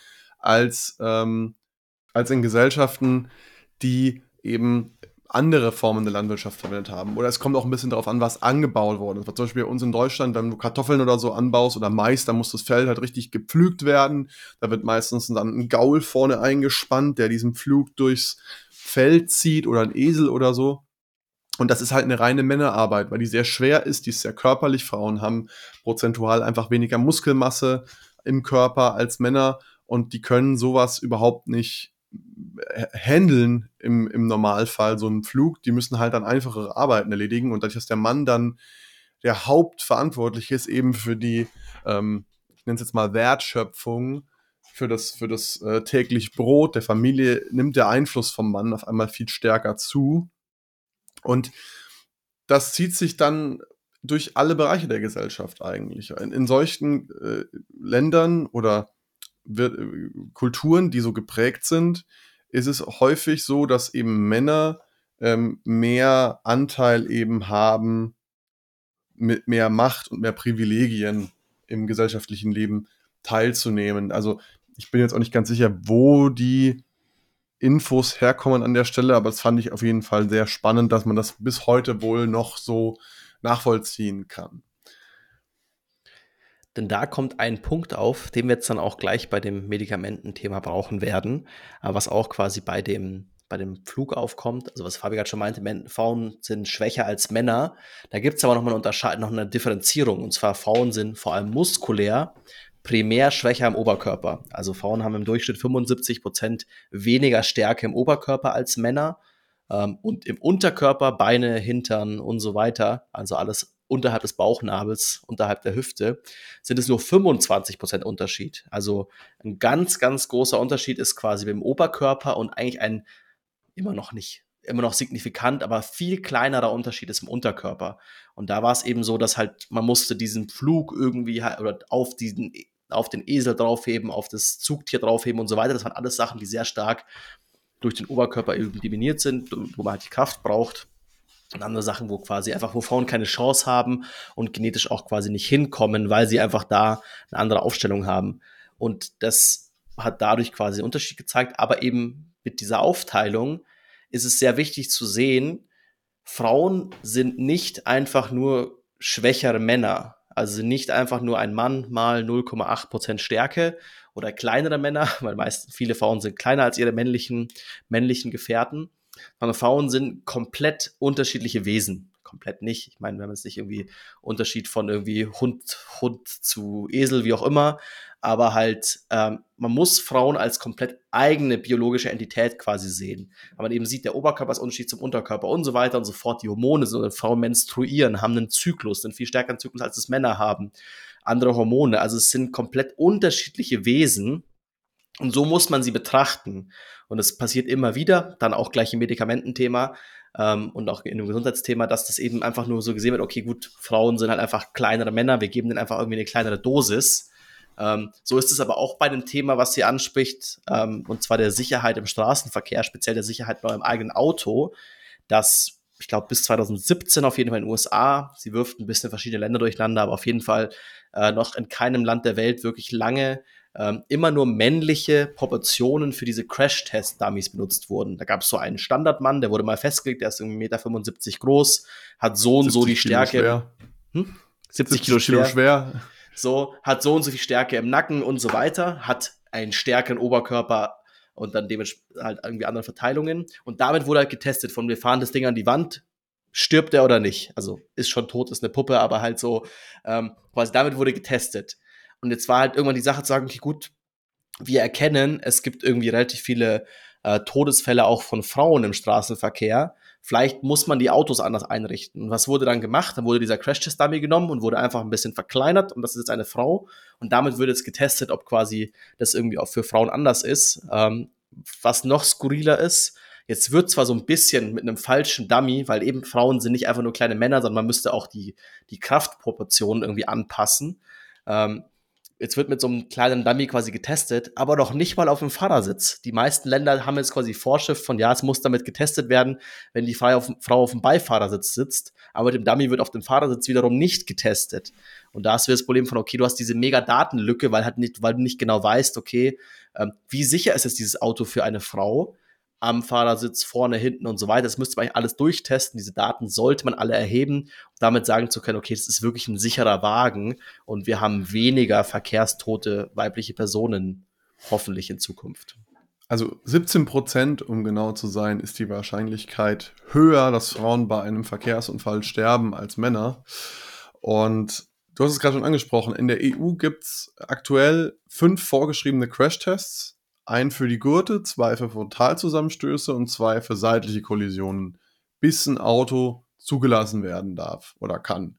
als, ähm, als in Gesellschaften, die eben andere Formen der Landwirtschaft verwendet haben. Oder es kommt auch ein bisschen darauf an, was angebaut worden ist. Zum Beispiel bei uns in Deutschland, wenn du Kartoffeln oder so anbaust oder Mais, dann muss das Feld halt richtig gepflügt werden. Da wird meistens dann ein Gaul vorne eingespannt, der diesen Pflug durchs Feld zieht, oder ein Esel oder so. Und das ist halt eine reine Männerarbeit, weil die sehr schwer ist, die ist sehr körperlich. Frauen haben prozentual einfach weniger Muskelmasse im Körper als Männer und die können sowas überhaupt nicht handeln im, im Normalfall, so einen Flug. Die müssen halt dann einfachere Arbeiten erledigen und dadurch, dass der Mann dann der Hauptverantwortliche ist eben für die, ähm, ich nenne es jetzt mal Wertschöpfung, für das, für das äh, täglich Brot der Familie, nimmt der Einfluss vom Mann auf einmal viel stärker zu. Und das zieht sich dann durch alle Bereiche der Gesellschaft eigentlich. In, in solchen äh, Ländern oder wir, äh, Kulturen, die so geprägt sind, ist es häufig so, dass eben Männer ähm, mehr Anteil eben haben, mit mehr Macht und mehr Privilegien im gesellschaftlichen Leben teilzunehmen. Also ich bin jetzt auch nicht ganz sicher, wo die Infos herkommen an der Stelle, aber das fand ich auf jeden Fall sehr spannend, dass man das bis heute wohl noch so nachvollziehen kann. Denn da kommt ein Punkt auf, den wir jetzt dann auch gleich bei dem Medikamententhema brauchen werden, aber was auch quasi bei dem, bei dem Pflug aufkommt. Also was Fabi gerade schon meinte, Men- Frauen sind schwächer als Männer. Da gibt es aber noch mal eine Unterscheidung, noch eine Differenzierung. Und zwar Frauen sind vor allem muskulär primär schwächer im Oberkörper. Also Frauen haben im Durchschnitt fünfundsiebzig Prozent weniger Stärke im Oberkörper als Männer. Ähm, und im Unterkörper, Beine, Hintern und so weiter, also alles unterhalb des Bauchnabels, unterhalb der Hüfte, sind es nur fünfundzwanzig Prozent Unterschied. Also ein ganz, ganz großer Unterschied ist quasi beim Oberkörper und eigentlich ein immer noch nicht, immer noch signifikant, aber viel kleinerer Unterschied ist im Unterkörper. Und da war es eben so, dass halt, man musste diesen Flug irgendwie halt, oder auf diesen, auf den Esel draufheben, auf das Zugtier draufheben und so weiter. Das waren alles Sachen, die sehr stark durch den Oberkörper eliminiert sind, wo man halt die Kraft braucht. Und andere Sachen, wo quasi einfach, wo Frauen keine Chance haben und genetisch auch quasi nicht hinkommen, weil sie einfach da eine andere Aufstellung haben. Und das hat dadurch quasi einen Unterschied gezeigt. Aber eben mit dieser Aufteilung ist es sehr wichtig zu sehen, Frauen sind nicht einfach nur schwächere Männer. Also sind nicht einfach nur ein Mann mal null Komma acht Prozent Stärke oder kleinere Männer, weil meist viele Frauen sind kleiner als ihre männlichen, männlichen Gefährten. Sondern Frauen sind komplett unterschiedliche Wesen. Komplett nicht. Ich meine, wir haben jetzt nicht irgendwie Unterschied von irgendwie Hund, Hund zu Esel, wie auch immer. Aber halt, ähm, man muss Frauen als komplett eigene biologische Entität quasi sehen. Aber man eben sieht, der Oberkörper ist Unterschied zum Unterkörper und so weiter und so fort. Die Hormone sind, und Frauen menstruieren, haben einen Zyklus, einen viel stärkeren Zyklus, als es Männer haben. Andere Hormone. Also es sind komplett unterschiedliche Wesen. Und so muss man sie betrachten. Und es passiert immer wieder, dann auch gleich im Medikamententhema ähm, und auch in dem Gesundheitsthema, dass das eben einfach nur so gesehen wird, okay, gut, Frauen sind halt einfach kleinere Männer, wir geben denen einfach irgendwie eine kleinere Dosis. Ähm, so ist es aber auch bei dem Thema, was sie anspricht, ähm, und zwar der Sicherheit im Straßenverkehr, speziell der Sicherheit bei eurem eigenen Auto, dass ich glaube, bis zwanzig siebzehn auf jeden Fall in den U S A, sie wirft ein bisschen verschiedene Länder durcheinander, aber auf jeden Fall äh, noch in keinem Land der Welt wirklich lange ähm, immer nur männliche Proportionen für diese Crash-Test-Dummies benutzt wurden. Da gab es so einen Standardmann, der wurde mal festgelegt, der ist irgendwie eins Komma fünfundsiebzig Meter groß, hat so und so die Stärke. Hm? siebzig Kilo schwer. Kilo schwer. So, hat so und so viel Stärke im Nacken und so weiter, hat einen stärkeren Oberkörper und dann dementsprechend halt irgendwie andere Verteilungen. Und damit wurde halt getestet von, wir fahren das Ding an die Wand, stirbt er oder nicht? Also ist schon tot, ist eine Puppe, aber halt so, ähm, quasi damit wurde getestet. Und jetzt war halt irgendwann die Sache zu sagen, okay, gut, wir erkennen, es gibt irgendwie relativ viele äh, Todesfälle auch von Frauen im Straßenverkehr. Vielleicht muss man die Autos anders einrichten. Und was wurde dann gemacht? Dann wurde dieser Crash-Test-Dummy genommen und wurde einfach ein bisschen verkleinert und das ist jetzt eine Frau. Und damit wird jetzt getestet, ob quasi das irgendwie auch für Frauen anders ist. Ähm, was noch skurriler ist, jetzt wird zwar so ein bisschen mit einem falschen Dummy, weil eben Frauen sind nicht einfach nur kleine Männer, sondern man müsste auch die, die Kraftproportionen irgendwie anpassen. Ähm, Jetzt wird mit so einem kleinen Dummy quasi getestet, aber noch nicht mal auf dem Fahrersitz. Die meisten Länder haben jetzt quasi Vorschrift von, ja, es muss damit getestet werden, wenn die Frau auf, Frau auf dem Beifahrersitz sitzt. Aber mit dem Dummy wird auf dem Fahrersitz wiederum nicht getestet. Und da hast du das Problem von, okay, du hast diese mega Datenlücke, weil halt nicht, weil du nicht genau weißt, okay, ähm, wie sicher ist jetzt dieses Auto für eine Frau am Fahrersitz, vorne, hinten und so weiter. Das müsste man eigentlich alles durchtesten. Diese Daten sollte man alle erheben, um damit sagen zu können, okay, das ist wirklich ein sicherer Wagen und wir haben weniger verkehrstote weibliche Personen hoffentlich in Zukunft. Also siebzehn Prozent, um genau zu sein, ist die Wahrscheinlichkeit höher, dass Frauen bei einem Verkehrsunfall sterben als Männer. Und du hast es gerade schon angesprochen, in der E U gibt es aktuell fünf vorgeschriebene Crashtests. Einen für die Gurte, zwei für Frontalzusammenstöße und zwei für seitliche Kollisionen, bis ein Auto zugelassen werden darf oder kann.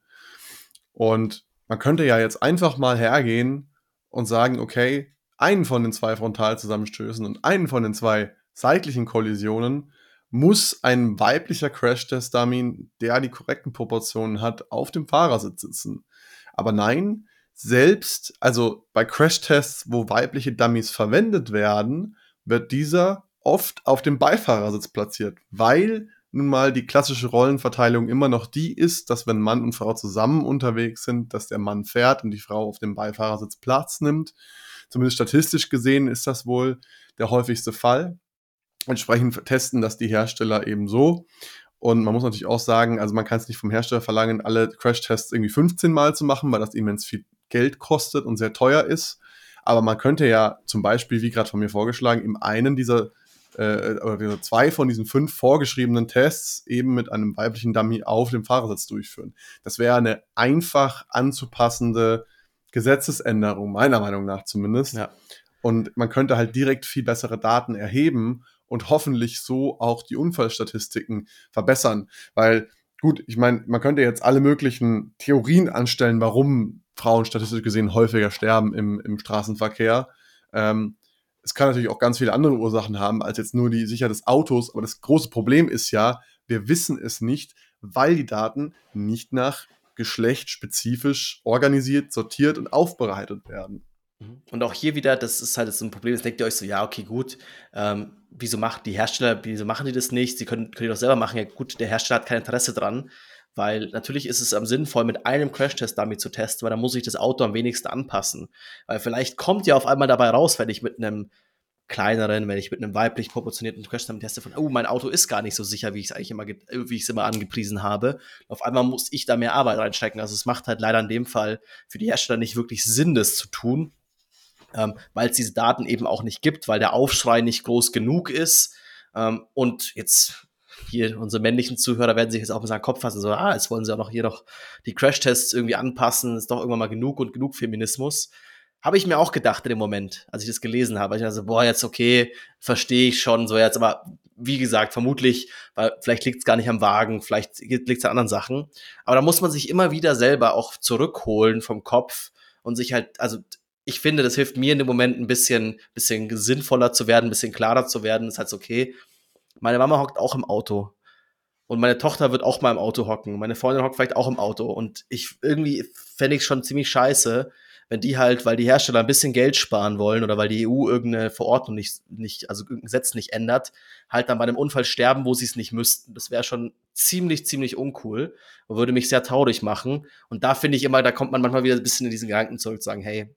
Und man könnte ja jetzt einfach mal hergehen und sagen, okay, einen von den zwei Frontalzusammenstößen und einen von den zwei seitlichen Kollisionen muss ein weiblicher Crash-Test-Dummy, der die korrekten Proportionen hat, auf dem Fahrersitz sitzen. Aber nein, selbst, also bei Crash-Tests, wo weibliche Dummies verwendet werden, wird dieser oft auf dem Beifahrersitz platziert, weil nun mal die klassische Rollenverteilung immer noch die ist, dass wenn Mann und Frau zusammen unterwegs sind, dass der Mann fährt und die Frau auf dem Beifahrersitz Platz nimmt. Zumindest statistisch gesehen ist das wohl der häufigste Fall. Entsprechend testen das die Hersteller eben so. Und man muss natürlich auch sagen, also man kann es nicht vom Hersteller verlangen, alle Crash-Tests irgendwie fünfzehn Mal zu machen, weil das immens viel Geld kostet und sehr teuer ist. Aber man könnte ja zum Beispiel, wie gerade von mir vorgeschlagen, im einen dieser äh, oder zwei von diesen fünf vorgeschriebenen Tests eben mit einem weiblichen Dummy auf dem Fahrersitz durchführen. Das wäre eine einfach anzupassende Gesetzesänderung, meiner Meinung nach zumindest. Ja. Und man könnte halt direkt viel bessere Daten erheben und hoffentlich so auch die Unfallstatistiken verbessern. Weil, gut, ich meine, man könnte jetzt alle möglichen Theorien anstellen, warum Frauen statistisch gesehen häufiger sterben im, im Straßenverkehr. Ähm, es kann natürlich auch ganz viele andere Ursachen haben, als jetzt nur die Sicherheit des Autos. Aber das große Problem ist ja, wir wissen es nicht, weil die Daten nicht nach Geschlecht spezifisch organisiert, sortiert und aufbereitet werden. Und auch hier wieder, das ist halt so ein Problem, jetzt denkt ihr euch so, ja, okay, gut, ähm, wieso machen die Hersteller, wieso machen die das nicht? Sie können, können die doch selber machen. Ja gut, der Hersteller hat kein Interesse dran, weil natürlich ist es am sinnvoll, mit einem Crashtest damit zu testen, weil dann muss ich das Auto am wenigsten anpassen. Weil vielleicht kommt ja auf einmal dabei raus, wenn ich mit einem kleineren, wenn ich mit einem weiblich proportionierten Crash damit teste, von, oh, mein Auto ist gar nicht so sicher, wie ich es eigentlich immer, wie ich es immer angepriesen habe. Auf einmal muss ich da mehr Arbeit reinstecken. Also es macht halt leider in dem Fall für die Hersteller nicht wirklich Sinn, das zu tun, ähm, weil es diese Daten eben auch nicht gibt, weil der Aufschrei nicht groß genug ist. Ähm, und jetzt hier unsere männlichen Zuhörer werden sich jetzt auch mal seinen Kopf fassen, so, ah, jetzt wollen sie auch noch hier noch die Crashtests irgendwie anpassen, ist doch irgendwann mal genug und genug Feminismus. Habe ich mir auch gedacht in dem Moment, als ich das gelesen habe. Ich dachte so, boah, jetzt okay, verstehe ich schon, so jetzt, aber wie gesagt, vermutlich, weil vielleicht liegt es gar nicht am Wagen, vielleicht liegt es an anderen Sachen. Aber da muss man sich immer wieder selber auch zurückholen vom Kopf und sich halt, also ich finde, das hilft mir in dem Moment ein bisschen, bisschen sinnvoller zu werden, ein bisschen klarer zu werden. Das heißt, okay, meine Mama hockt auch im Auto. Und meine Tochter wird auch mal im Auto hocken. Meine Freundin hockt vielleicht auch im Auto. Und ich irgendwie fände ich schon ziemlich scheiße, wenn die halt, weil die Hersteller ein bisschen Geld sparen wollen oder weil die E U irgendeine Verordnung nicht, nicht also irgendein Gesetz nicht ändert, halt dann bei einem Unfall sterben, wo sie es nicht müssten. Das wäre schon ziemlich, ziemlich uncool und würde mich sehr traurig machen. Und da finde ich immer, da kommt man manchmal wieder ein bisschen in diesen Gedanken zurück, zu sagen, hey,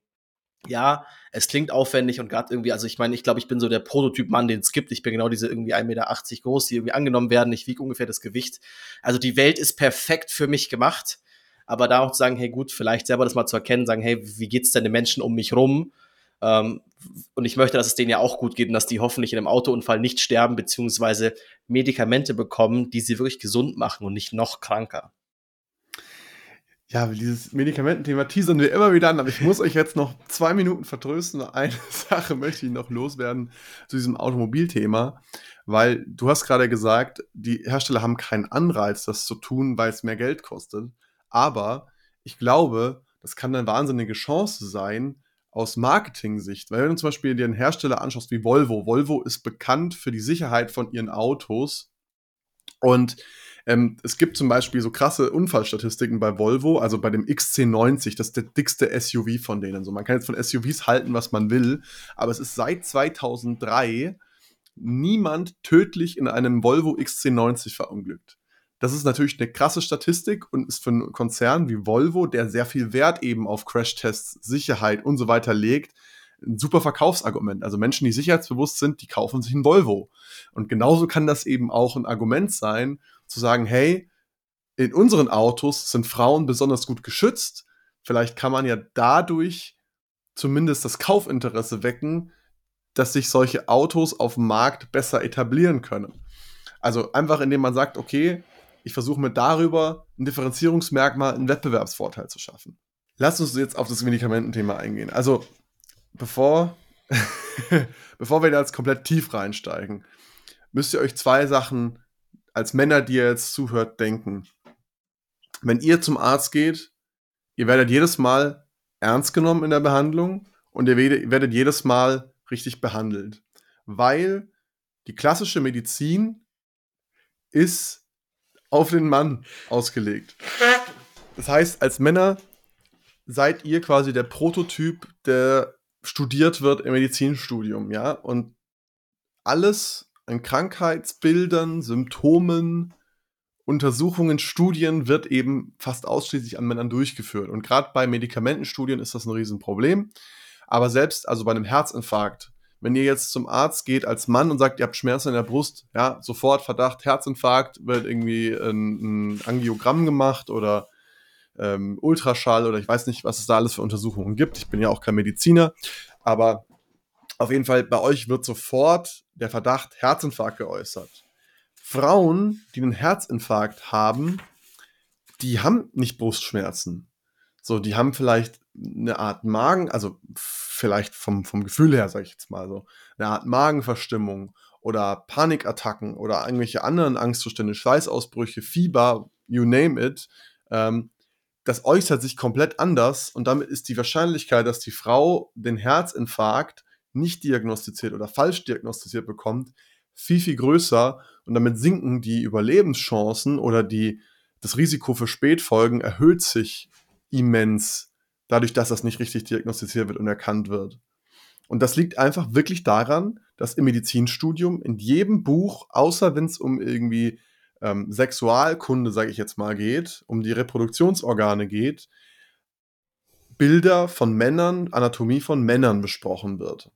ja, es klingt aufwendig und gerade irgendwie, also ich meine, ich glaube, ich bin so der Prototyp Mann, den es gibt. Ich bin genau diese irgendwie ein Meter achtzig groß, die irgendwie angenommen werden. Ich wiege ungefähr das Gewicht. Also die Welt ist perfekt für mich gemacht. Aber da auch zu sagen, hey gut, vielleicht selber das mal zu erkennen, sagen, hey, wie geht's denn den Menschen um mich rum? Ähm, und ich möchte, dass es denen ja auch gut geht und dass die hoffentlich in einem Autounfall nicht sterben, beziehungsweise Medikamente bekommen, die sie wirklich gesund machen und nicht noch kranker. Ja, dieses Medikamententhema teasern wir immer wieder an, aber ich muss euch jetzt noch zwei Minuten vertrösten. Eine Sache möchte ich noch loswerden zu diesem Automobilthema, weil du hast gerade gesagt, die Hersteller haben keinen Anreiz, das zu tun, weil es mehr Geld kostet. Aber ich glaube, das kann eine wahnsinnige Chance sein aus Marketing-Sicht. Weil wenn du zum Beispiel dir einen Hersteller anschaust wie Volvo, Volvo ist bekannt für die Sicherheit von ihren Autos und Ähm, es gibt zum Beispiel so krasse Unfallstatistiken bei Volvo, also bei dem X C neunzig, das ist der dickste S U V von denen. So, man kann jetzt von S U Vs halten, was man will, aber es ist seit zweitausenddrei niemand tödlich in einem Volvo X C neunzig verunglückt. das ist natürlich eine krasse Statistik und ist für einen Konzern wie Volvo, der sehr viel Wert eben auf Crashtests, Sicherheit und so weiter legt, ein super Verkaufsargument. Also Menschen, die sicherheitsbewusst sind, die kaufen sich ein Volvo. Und genauso kann das eben auch ein Argument sein, zu sagen, hey, in unseren Autos sind Frauen besonders gut geschützt. Vielleicht kann man ja dadurch zumindest das Kaufinteresse wecken, dass sich solche Autos auf dem Markt besser etablieren können. Also einfach, indem man sagt, okay, ich versuche mir darüber ein Differenzierungsmerkmal, einen Wettbewerbsvorteil zu schaffen. Lass uns jetzt auf das Medikamententhema eingehen. Also, bevor, bevor wir da jetzt komplett tief reinsteigen, müsst ihr euch zwei Sachen als Männer, die ihr jetzt zuhört, denken. Wenn ihr zum Arzt geht, ihr werdet jedes Mal ernst genommen in der Behandlung und ihr werdet jedes Mal richtig behandelt. Weil die klassische Medizin ist auf den Mann ausgelegt. Das heißt, als Männer seid ihr quasi der Prototyp, der studiert wird im Medizinstudium, ja? Und alles an Krankheitsbildern, Symptomen, Untersuchungen, Studien wird eben fast ausschließlich an Männern durchgeführt. Und gerade bei Medikamentenstudien ist das ein Riesenproblem. Aber selbst, also bei einem Herzinfarkt, wenn ihr jetzt zum Arzt geht als Mann und sagt, ihr habt Schmerzen in der Brust, ja, sofort Verdacht, Herzinfarkt, wird irgendwie ein, ein Angiogramm gemacht oder ähm, Ultraschall oder ich weiß nicht, was es da alles für Untersuchungen gibt. Ich bin ja auch kein Mediziner, aber auf jeden Fall bei euch wird sofort der Verdacht Herzinfarkt geäußert. Frauen, die einen Herzinfarkt haben, die haben nicht Brustschmerzen. So, die haben vielleicht eine Art Magen, also vielleicht vom, vom Gefühl her, sage ich jetzt mal so, eine Art Magenverstimmung oder Panikattacken oder irgendwelche anderen Angstzustände, Schweißausbrüche, Fieber, you name it. Ähm, das äußert sich komplett anders und damit ist die Wahrscheinlichkeit, dass die Frau den Herzinfarkt nicht diagnostiziert oder falsch diagnostiziert bekommt, viel, viel größer und damit sinken die Überlebenschancen oder die, das Risiko für Spätfolgen erhöht sich immens, dadurch, dass das nicht richtig diagnostiziert wird und erkannt wird. Und das liegt einfach wirklich daran, dass im Medizinstudium in jedem Buch, außer wenn es um irgendwie ähm, Sexualkunde, sage ich jetzt mal, geht, um die Reproduktionsorgane geht, Bilder von Männern, Anatomie von Männern besprochen wird.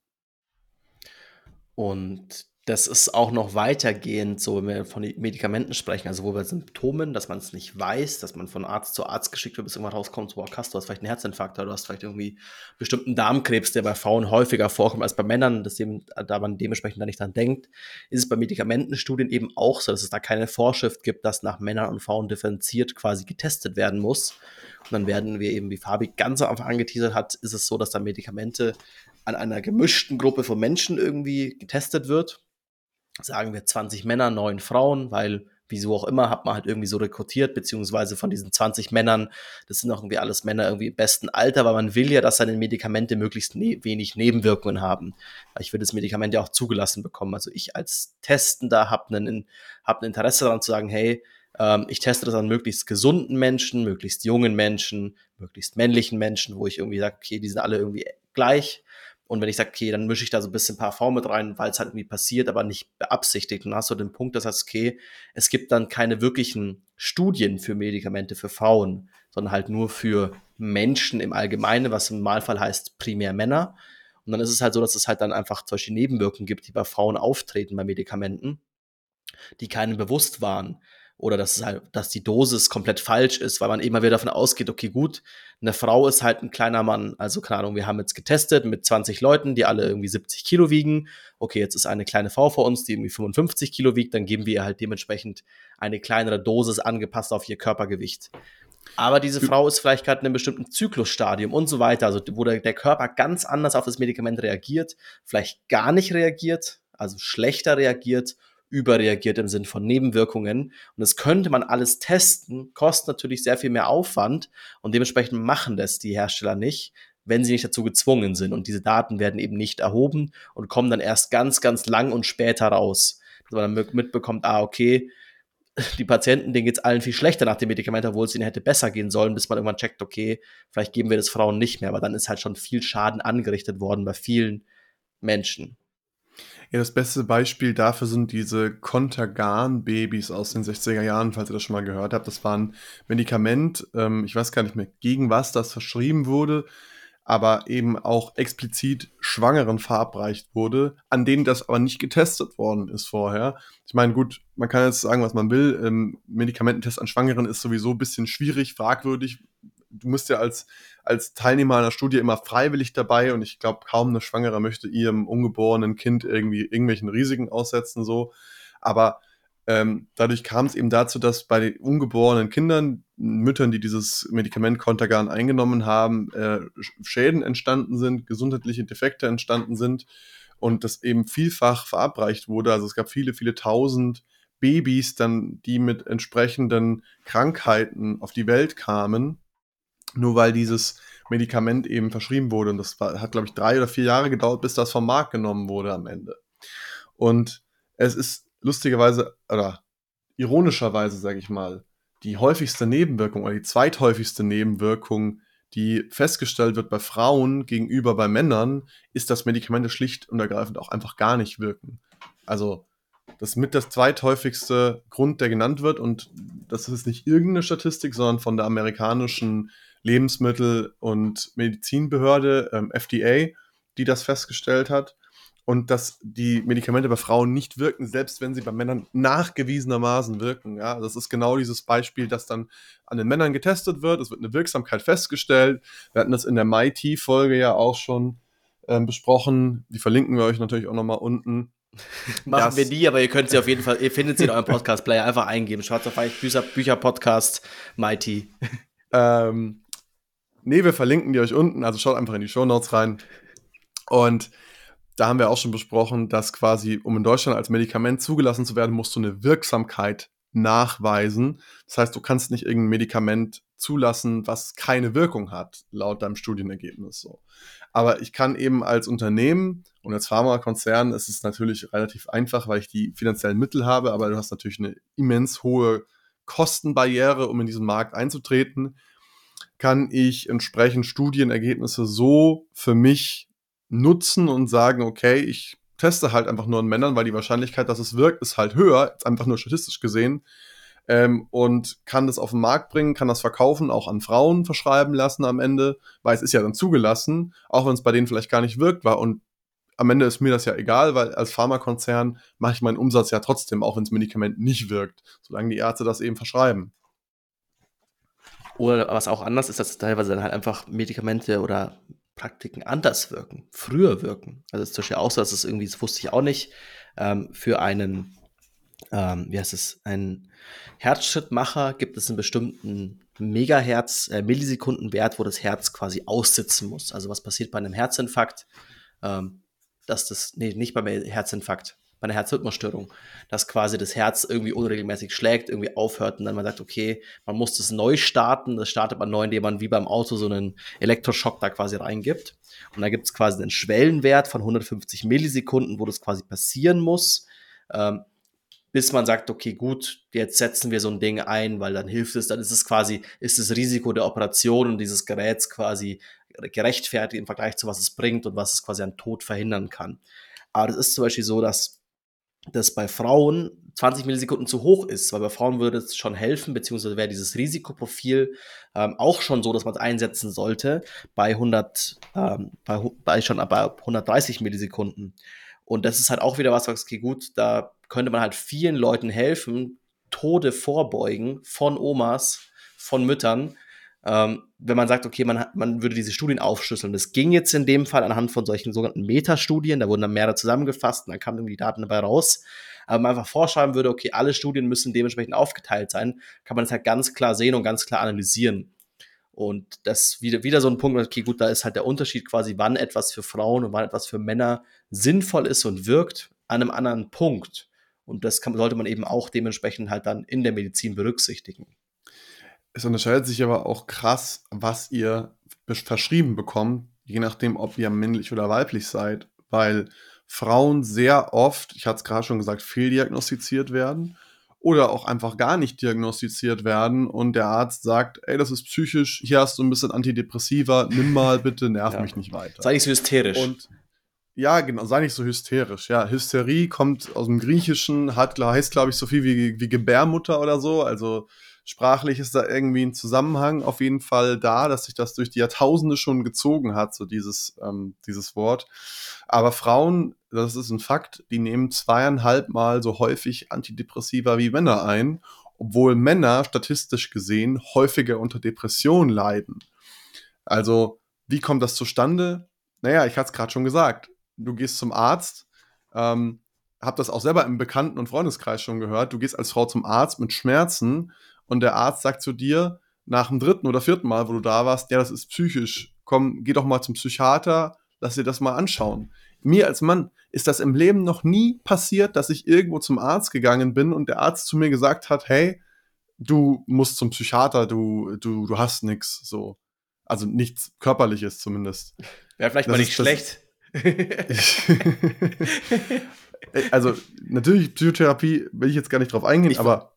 Und das ist auch noch weitergehend, so wenn wir von Medikamenten sprechen, also wo wir Symptomen, dass man es nicht weiß, dass man von Arzt zu Arzt geschickt wird, bis irgendwann rauskommt, so, krass, du hast vielleicht einen Herzinfarkt oder du hast vielleicht irgendwie bestimmten Darmkrebs, der bei Frauen häufiger vorkommt als bei Männern, dass eben, da man dementsprechend da nicht dran denkt, ist es bei Medikamentenstudien eben auch so, dass es da keine Vorschrift gibt, dass nach Männern und Frauen differenziert quasi getestet werden muss. Und dann werden wir eben, wie Fabi ganz am Anfang angeteasert hat, ist es so, dass da Medikamente an einer gemischten Gruppe von Menschen irgendwie getestet wird. Sagen wir zwanzig Männer, neun Frauen, weil wieso auch immer hat man halt irgendwie so rekrutiert, beziehungsweise von diesen zwanzig Männern, das sind auch irgendwie alles Männer irgendwie im besten Alter, weil man will ja, dass seine Medikamente möglichst ne- wenig Nebenwirkungen haben. Weil ich will das Medikament ja auch zugelassen bekommen. Also ich als Testender habe ein, hab ein Interesse daran zu sagen, hey, ähm, ich teste das an möglichst gesunden Menschen, möglichst jungen Menschen, möglichst männlichen Menschen, wo ich irgendwie sage, okay, die sind alle irgendwie gleich. Und wenn ich sage, okay, dann mische ich da so ein bisschen Parfum mit rein, weil es halt irgendwie passiert, aber nicht beabsichtigt. Und dann hast du den Punkt, das heißt, okay, es gibt dann keine wirklichen Studien für Medikamente für Frauen, sondern halt nur für Menschen im Allgemeinen, was im Normalfall heißt primär Männer. Und dann ist es halt so, dass es halt dann einfach solche Nebenwirkungen gibt, die bei Frauen auftreten bei Medikamenten, die keinem bewusst waren. Oder dass es halt, dass die Dosis komplett falsch ist, weil man immer wieder davon ausgeht, okay, gut, eine Frau ist halt ein kleiner Mann. Also, keine Ahnung, wir haben jetzt getestet mit zwanzig Leuten, die alle irgendwie siebzig Kilo wiegen. Okay, jetzt ist eine kleine Frau vor uns, die irgendwie fünfundfünfzig Kilo wiegt, dann geben wir ihr halt dementsprechend eine kleinere Dosis angepasst auf ihr Körpergewicht. Aber diese Frau ist vielleicht gerade in einem bestimmten Zyklusstadium und so weiter, also wo der, der Körper ganz anders auf das Medikament reagiert, vielleicht gar nicht reagiert, also schlechter reagiert, überreagiert im Sinn von Nebenwirkungen. Und das könnte man alles testen, kostet natürlich sehr viel mehr Aufwand und dementsprechend machen das die Hersteller nicht, wenn sie nicht dazu gezwungen sind. Und diese Daten werden eben nicht erhoben und kommen dann erst ganz, ganz lang und später raus. Dass man dann mitbekommt, ah, okay, die Patienten, denen geht es allen viel schlechter nach dem Medikament, obwohl es ihnen hätte besser gehen sollen, bis man irgendwann checkt, okay, vielleicht geben wir das Frauen nicht mehr, aber dann ist halt schon viel Schaden angerichtet worden bei vielen Menschen. Ja, das beste Beispiel dafür sind diese Contergan-Babys aus den sechziger Jahren, falls ihr das schon mal gehört habt. Das war 'n Medikament, ähm, ich weiß gar nicht mehr, gegen was das verschrieben wurde, aber eben auch explizit Schwangeren verabreicht wurde, an denen das aber nicht getestet worden ist vorher. Ich meine, gut, man kann jetzt sagen, was man will. Ähm, Medikamententest an Schwangeren ist sowieso ein bisschen schwierig, fragwürdig. Du musst ja als, als Teilnehmer einer Studie immer freiwillig dabei und ich glaube, kaum eine Schwangere möchte ihrem ungeborenen Kind irgendwie irgendwelchen Risiken aussetzen, so. Aber ähm, dadurch kam es eben dazu, dass bei den ungeborenen Kindern, Müttern, die dieses Medikament Contergan eingenommen haben, äh, Schäden entstanden sind, gesundheitliche Defekte entstanden sind und das eben vielfach verabreicht wurde. Also es gab viele, viele tausend Babys dann, die mit entsprechenden Krankheiten auf die Welt kamen, nur weil dieses Medikament eben verschrieben wurde. Und das war, hat, glaube ich, drei oder vier Jahre gedauert, bis das vom Markt genommen wurde am Ende. Und es ist lustigerweise, oder ironischerweise, sage ich mal, die häufigste Nebenwirkung oder die zweithäufigste Nebenwirkung, die festgestellt wird bei Frauen gegenüber bei Männern, ist, dass Medikamente schlicht und ergreifend auch einfach gar nicht wirken. Also das ist mit das zweithäufigste Grund, der genannt wird, und das ist nicht irgendeine Statistik, sondern von der amerikanischen Lebensmittel- und Medizinbehörde, ähm, F D A, die das festgestellt hat. Und dass die Medikamente bei Frauen nicht wirken, selbst wenn sie bei Männern nachgewiesenermaßen wirken. Ja, das ist genau dieses Beispiel, das dann an den Männern getestet wird. Es wird eine Wirksamkeit festgestellt. Wir hatten das in der M I T-Folge ja auch schon ähm, besprochen. Die verlinken wir euch natürlich auch nochmal unten. Machen Das- wir nie, aber ihr könnt sie auf jeden Fall, ihr findet sie in eurem Podcast-Player, einfach eingeben. Schwarz auf Weiß, Bücher, Bücher Podcast, Mighty. Ähm, nee, wir verlinken die euch unten, also schaut einfach in die Shownotes rein. Und da haben wir auch schon besprochen, dass quasi, um in Deutschland als Medikament zugelassen zu werden, musst du eine Wirksamkeit nachweisen. Das heißt, du kannst nicht irgendein Medikament zulassen, was keine Wirkung hat, laut deinem Studienergebnis so. Aber ich kann eben als Unternehmen und als Pharmakonzern, ist es natürlich relativ einfach, weil ich die finanziellen Mittel habe, aber du hast natürlich eine immens hohe Kostenbarriere, um in diesen Markt einzutreten, kann ich entsprechend Studienergebnisse so für mich nutzen und sagen, okay, ich teste halt einfach nur an Männern, weil die Wahrscheinlichkeit, dass es wirkt, ist halt höher, einfach nur statistisch gesehen, ähm, und kann das auf den Markt bringen, kann das verkaufen, auch an Frauen verschreiben lassen am Ende, weil es ist ja dann zugelassen, auch wenn es bei denen vielleicht gar nicht wirkt war, und am Ende ist mir das ja egal, weil als Pharmakonzern mache ich meinen Umsatz ja trotzdem, auch wenn das Medikament nicht wirkt, solange die Ärzte das eben verschreiben. Oder was auch anders ist, dass teilweise dann halt einfach Medikamente oder Praktiken anders wirken, früher wirken. Also es ist zum Beispiel auch so, dass es irgendwie, das wusste ich auch nicht, ähm, für einen, ähm, wie heißt es, einen Herzschrittmacher gibt es einen bestimmten Megahertz, äh, Millisekundenwert, wo das Herz quasi aussitzen muss. Also was passiert bei einem Herzinfarkt? Ähm, dass das, nee, nicht beim Herzinfarkt, bei einer Herzrhythmusstörung, dass quasi das Herz irgendwie unregelmäßig schlägt, irgendwie aufhört und dann man sagt, okay, man muss das neu starten. Das startet man neu, indem man wie beim Auto so einen Elektroschock da quasi reingibt. Und da gibt es quasi einen Schwellenwert von hundertfünfzig Millisekunden, wo das quasi passieren muss, ähm, bis man sagt, okay, gut, jetzt setzen wir so ein Ding ein, weil dann hilft es, dann ist es quasi, ist das Risiko der Operation und dieses Geräts quasi gerechtfertigt im Vergleich zu was es bringt und was es quasi an Tod verhindern kann. Aber das ist zum Beispiel so, dass das bei Frauen zwanzig Millisekunden zu hoch ist, weil bei Frauen würde es schon helfen, beziehungsweise wäre dieses Risikoprofil ähm, auch schon so, dass man es einsetzen sollte bei hundert, ähm, bei, bei schon bei hundertdreißig Millisekunden. Und das ist halt auch wieder was, was okay, gut, da könnte man halt vielen Leuten helfen, Tode vorbeugen von Omas, von Müttern, ähm, wenn man sagt, okay, man, hat, man würde diese Studien aufschlüsseln. Das ging jetzt in dem Fall anhand von solchen sogenannten Metastudien, da wurden dann mehrere zusammengefasst und dann kamen irgendwie die Daten dabei raus. Aber wenn man einfach vorschreiben würde, okay, alle Studien müssen dementsprechend aufgeteilt sein, kann man das halt ganz klar sehen und ganz klar analysieren. Und das wieder, wieder so ein Punkt, okay, gut, da ist halt der Unterschied quasi, wann etwas für Frauen und wann etwas für Männer sinnvoll ist und wirkt, an einem anderen Punkt. Und das kann, sollte man eben auch dementsprechend halt dann in der Medizin berücksichtigen. Es unterscheidet sich aber auch krass, was ihr verschrieben bekommt, je nachdem, ob ihr männlich oder weiblich seid, weil Frauen sehr oft, ich hatte es gerade schon gesagt, fehldiagnostiziert werden oder auch einfach gar nicht diagnostiziert werden und der Arzt sagt, ey, das ist psychisch, hier hast du ein bisschen Antidepressiva, nimm mal bitte, nerv Ja. mich nicht weiter. Sei nicht so hysterisch. Und Ja, genau, sei nicht so hysterisch. Ja, Hysterie kommt aus dem Griechischen, hat, gla- heißt, glaube ich, so viel wie, wie Gebärmutter oder so. Also sprachlich ist da irgendwie ein Zusammenhang auf jeden Fall da, dass sich das durch die Jahrtausende schon gezogen hat, so dieses, ähm, dieses Wort. Aber Frauen, das ist ein Fakt, die nehmen zweieinhalb Mal so häufig Antidepressiva wie Männer ein, obwohl Männer statistisch gesehen häufiger unter Depression leiden. Also, wie kommt das zustande? Naja, ich hatte es gerade schon gesagt. Du gehst zum Arzt, ähm, hab das auch selber im Bekannten- und Freundeskreis schon gehört. Du gehst als Frau zum Arzt mit Schmerzen und der Arzt sagt zu dir nach dem dritten oder vierten Mal, wo du da warst, ja, das ist psychisch. Komm, geh doch mal zum Psychiater, lass dir das mal anschauen. Mir als Mann ist das im Leben noch nie passiert, dass ich irgendwo zum Arzt gegangen bin und der Arzt zu mir gesagt hat, hey, du musst zum Psychiater, du, du, du hast nichts, so. Also nichts Körperliches zumindest. Wäre vielleicht Das mal nicht ist das. schlecht. Also natürlich Psychotherapie will ich jetzt gar nicht drauf eingehen, Ich, aber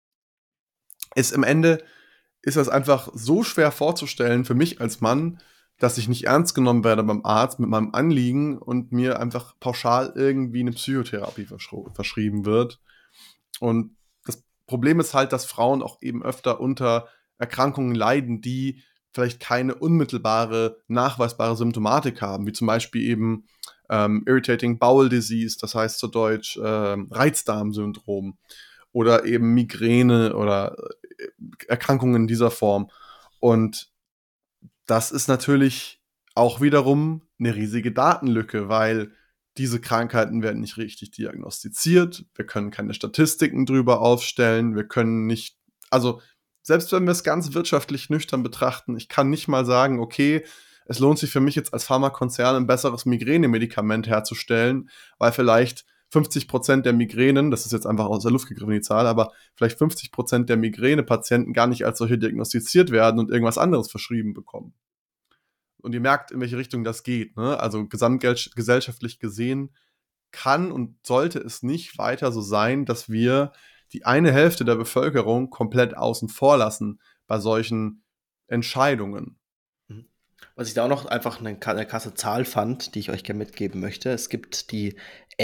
ist im Ende ist das einfach so schwer vorzustellen für mich als Mann, dass ich nicht ernst genommen werde beim Arzt mit meinem Anliegen und mir einfach pauschal irgendwie eine Psychotherapie verschro- verschrieben wird. Und das Problem ist halt, dass Frauen auch eben öfter unter Erkrankungen leiden, die vielleicht keine unmittelbare, nachweisbare Symptomatik haben, wie zum Beispiel eben ähm, Irritating Bowel Disease, das heißt zu Deutsch ähm, Reizdarmsyndrom oder eben Migräne oder äh, Erkrankungen dieser Form. Und das ist natürlich auch wiederum eine riesige Datenlücke, weil diese Krankheiten werden nicht richtig diagnostiziert. Wir können keine Statistiken drüber aufstellen. Wir können nicht, also selbst wenn wir es ganz wirtschaftlich nüchtern betrachten, ich kann nicht mal sagen, okay, es lohnt sich für mich jetzt als Pharmakonzern ein besseres Migränemedikament herzustellen, weil vielleicht fünfzig Prozent der Migränen, das ist jetzt einfach aus der Luft gegriffen die Zahl, aber vielleicht fünfzig Prozent der Migränepatienten gar nicht als solche diagnostiziert werden und irgendwas anderes verschrieben bekommen. Und ihr merkt, in welche Richtung das geht. Ne? Also gesamtgesellschaftlich gesehen kann und sollte es nicht weiter so sein, dass wir die eine Hälfte der Bevölkerung komplett außen vor lassen bei solchen Entscheidungen. Was ich da auch noch einfach eine, eine krasse Zahl fand, die ich euch gerne mitgeben möchte. Es gibt die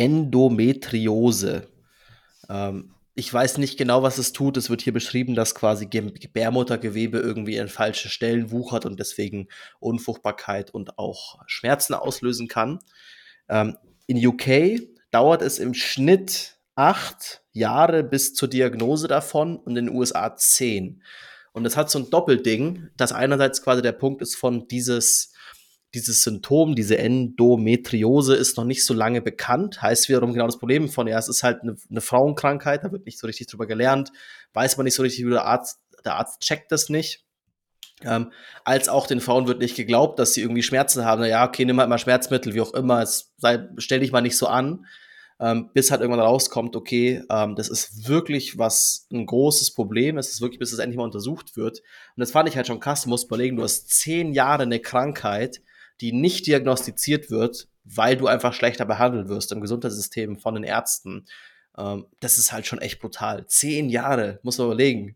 Endometriose. Ähm, ich weiß nicht genau, was es tut. Es wird hier beschrieben, dass quasi Ge- Gebärmuttergewebe irgendwie an falsche Stellen wuchert und deswegen Unfruchtbarkeit und auch Schmerzen auslösen kann. Ähm, in U K dauert es im Schnitt acht Jahre bis zur Diagnose davon und in den U S A zehn. Und das hat so ein Doppelding, dass einerseits quasi der Punkt ist von dieses, dieses Symptom, diese Endometriose ist noch nicht so lange bekannt. Heißt wiederum genau das Problem von, ja, es ist halt eine, eine Frauenkrankheit, da wird nicht so richtig drüber gelernt, weiß man nicht so richtig, wie der Arzt, der Arzt checkt das nicht. Ähm, als auch den Frauen wird nicht geglaubt, dass sie irgendwie Schmerzen haben. Na ja, okay, nimm halt mal Schmerzmittel, wie auch immer. Es sei, stell dich mal nicht so an, ähm, bis halt irgendwann rauskommt, okay, ähm, das ist wirklich was ein großes Problem. Es ist wirklich, bis es endlich mal untersucht wird. Und das fand ich halt schon krass. Du musst überlegen, du hast zehn Jahre eine Krankheit, die nicht diagnostiziert wird, weil du einfach schlechter behandelt wirst im Gesundheitssystem von den Ärzten. Ähm, das ist halt schon echt brutal. Zehn Jahre, muss man überlegen.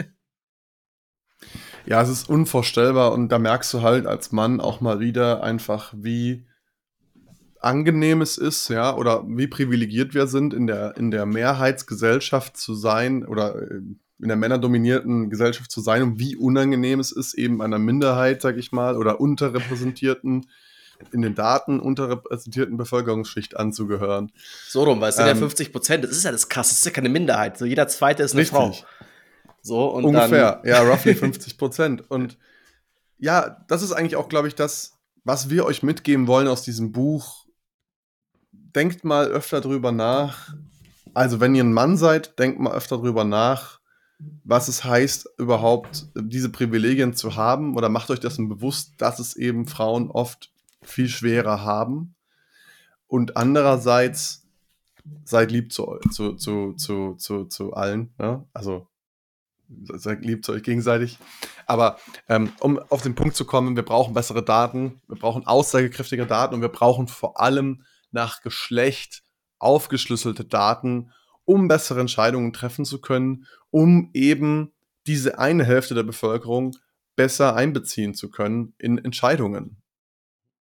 Ja, es ist unvorstellbar und da merkst du halt als Mann auch mal wieder einfach, wie angenehm es ist, ja, oder wie privilegiert wir sind, in der, in der Mehrheitsgesellschaft zu sein oder äh, in der männerdominierten Gesellschaft zu sein und wie unangenehm es ist, eben einer Minderheit, sag ich mal, oder unterrepräsentierten, in den Daten unterrepräsentierten Bevölkerungsschicht anzugehören. So rum, weil es sind ja Ähm, fünfzig Prozent. Das ist ja das Krasse. Das ist ja keine Minderheit. So jeder Zweite ist eine Frau. richtig, So, und dann. ungefähr, ja, roughly fünfzig Prozent. Und ja, das ist eigentlich auch, glaube ich, das, was wir euch mitgeben wollen aus diesem Buch. Denkt mal öfter drüber nach. Also, wenn ihr ein Mann seid, denkt mal öfter drüber nach, was es heißt, überhaupt diese Privilegien zu haben. Oder macht euch dessen bewusst, dass es eben Frauen oft viel schwerer haben. Und andererseits seid lieb zu, zu, zu, zu, zu, zu allen. Ne? Also seid lieb zu euch gegenseitig. Aber ähm, um auf den Punkt zu kommen, wir brauchen bessere Daten, wir brauchen aussagekräftige Daten und wir brauchen vor allem nach Geschlecht aufgeschlüsselte Daten, um bessere Entscheidungen treffen zu können, um eben diese eine Hälfte der Bevölkerung besser einbeziehen zu können in Entscheidungen.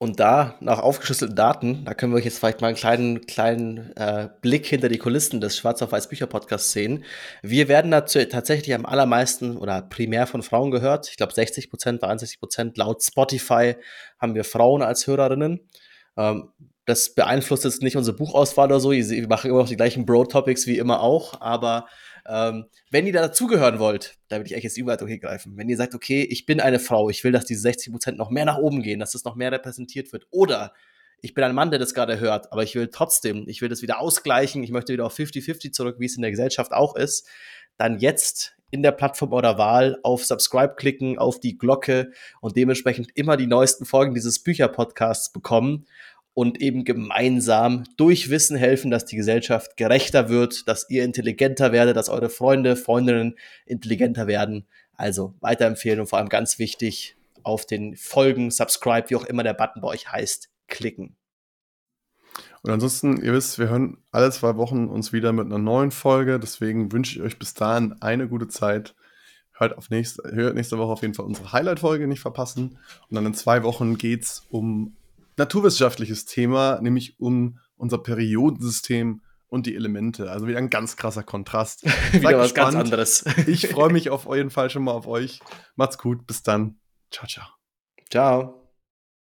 Und da, nach aufgeschlüsselten Daten, da können wir euch jetzt vielleicht mal einen kleinen, kleinen äh, Blick hinter die Kulissen des Schwarz auf Weiß Bücher Podcasts sehen. Wir werden dazu tatsächlich am allermeisten oder primär von Frauen gehört. Ich glaube sechzig Prozent, einundsechzig Prozent. Laut Spotify haben wir Frauen als Hörerinnen. Ähm, das beeinflusst jetzt nicht unsere Buchauswahl oder so. Wir machen immer noch die gleichen Bro-Topics wie immer auch. Aber ähm, wenn ihr da dazugehören wollt, da will ich eigentlich jetzt die Überleitung hier greifen. Wenn ihr sagt, okay, ich bin eine Frau, ich will, dass diese sechzig Prozent noch mehr nach oben gehen, dass das noch mehr repräsentiert wird. Oder ich bin ein Mann, der das gerade hört, aber ich will trotzdem, ich will das wieder ausgleichen, ich möchte wieder auf fünfzig fünfzig zurück, wie es in der Gesellschaft auch ist, dann jetzt in der Plattform eurer Wahl auf Subscribe klicken, auf die Glocke und dementsprechend immer die neuesten Folgen dieses Bücher-Podcasts bekommen und eben gemeinsam durch Wissen helfen, dass die Gesellschaft gerechter wird, dass ihr intelligenter werdet, dass eure Freunde, Freundinnen intelligenter werden. Also weiterempfehlen und vor allem ganz wichtig, auf den Folgen, Subscribe, wie auch immer der Button bei euch heißt, klicken. Und ansonsten, ihr wisst, wir hören alle zwei Wochen uns wieder mit einer neuen Folge. Deswegen wünsche ich euch bis dahin eine gute Zeit. Hört, auf nächste, hört nächste Woche auf jeden Fall unsere Highlight-Folge nicht verpassen. Und dann in zwei Wochen geht es um naturwissenschaftliches Thema, nämlich um unser Periodensystem und die Elemente. Also wieder ein ganz krasser Kontrast. Wieder was ganz anderes. Ich freue mich auf jeden Fall schon mal auf euch. Macht's gut, bis dann. Ciao, ciao. Ciao.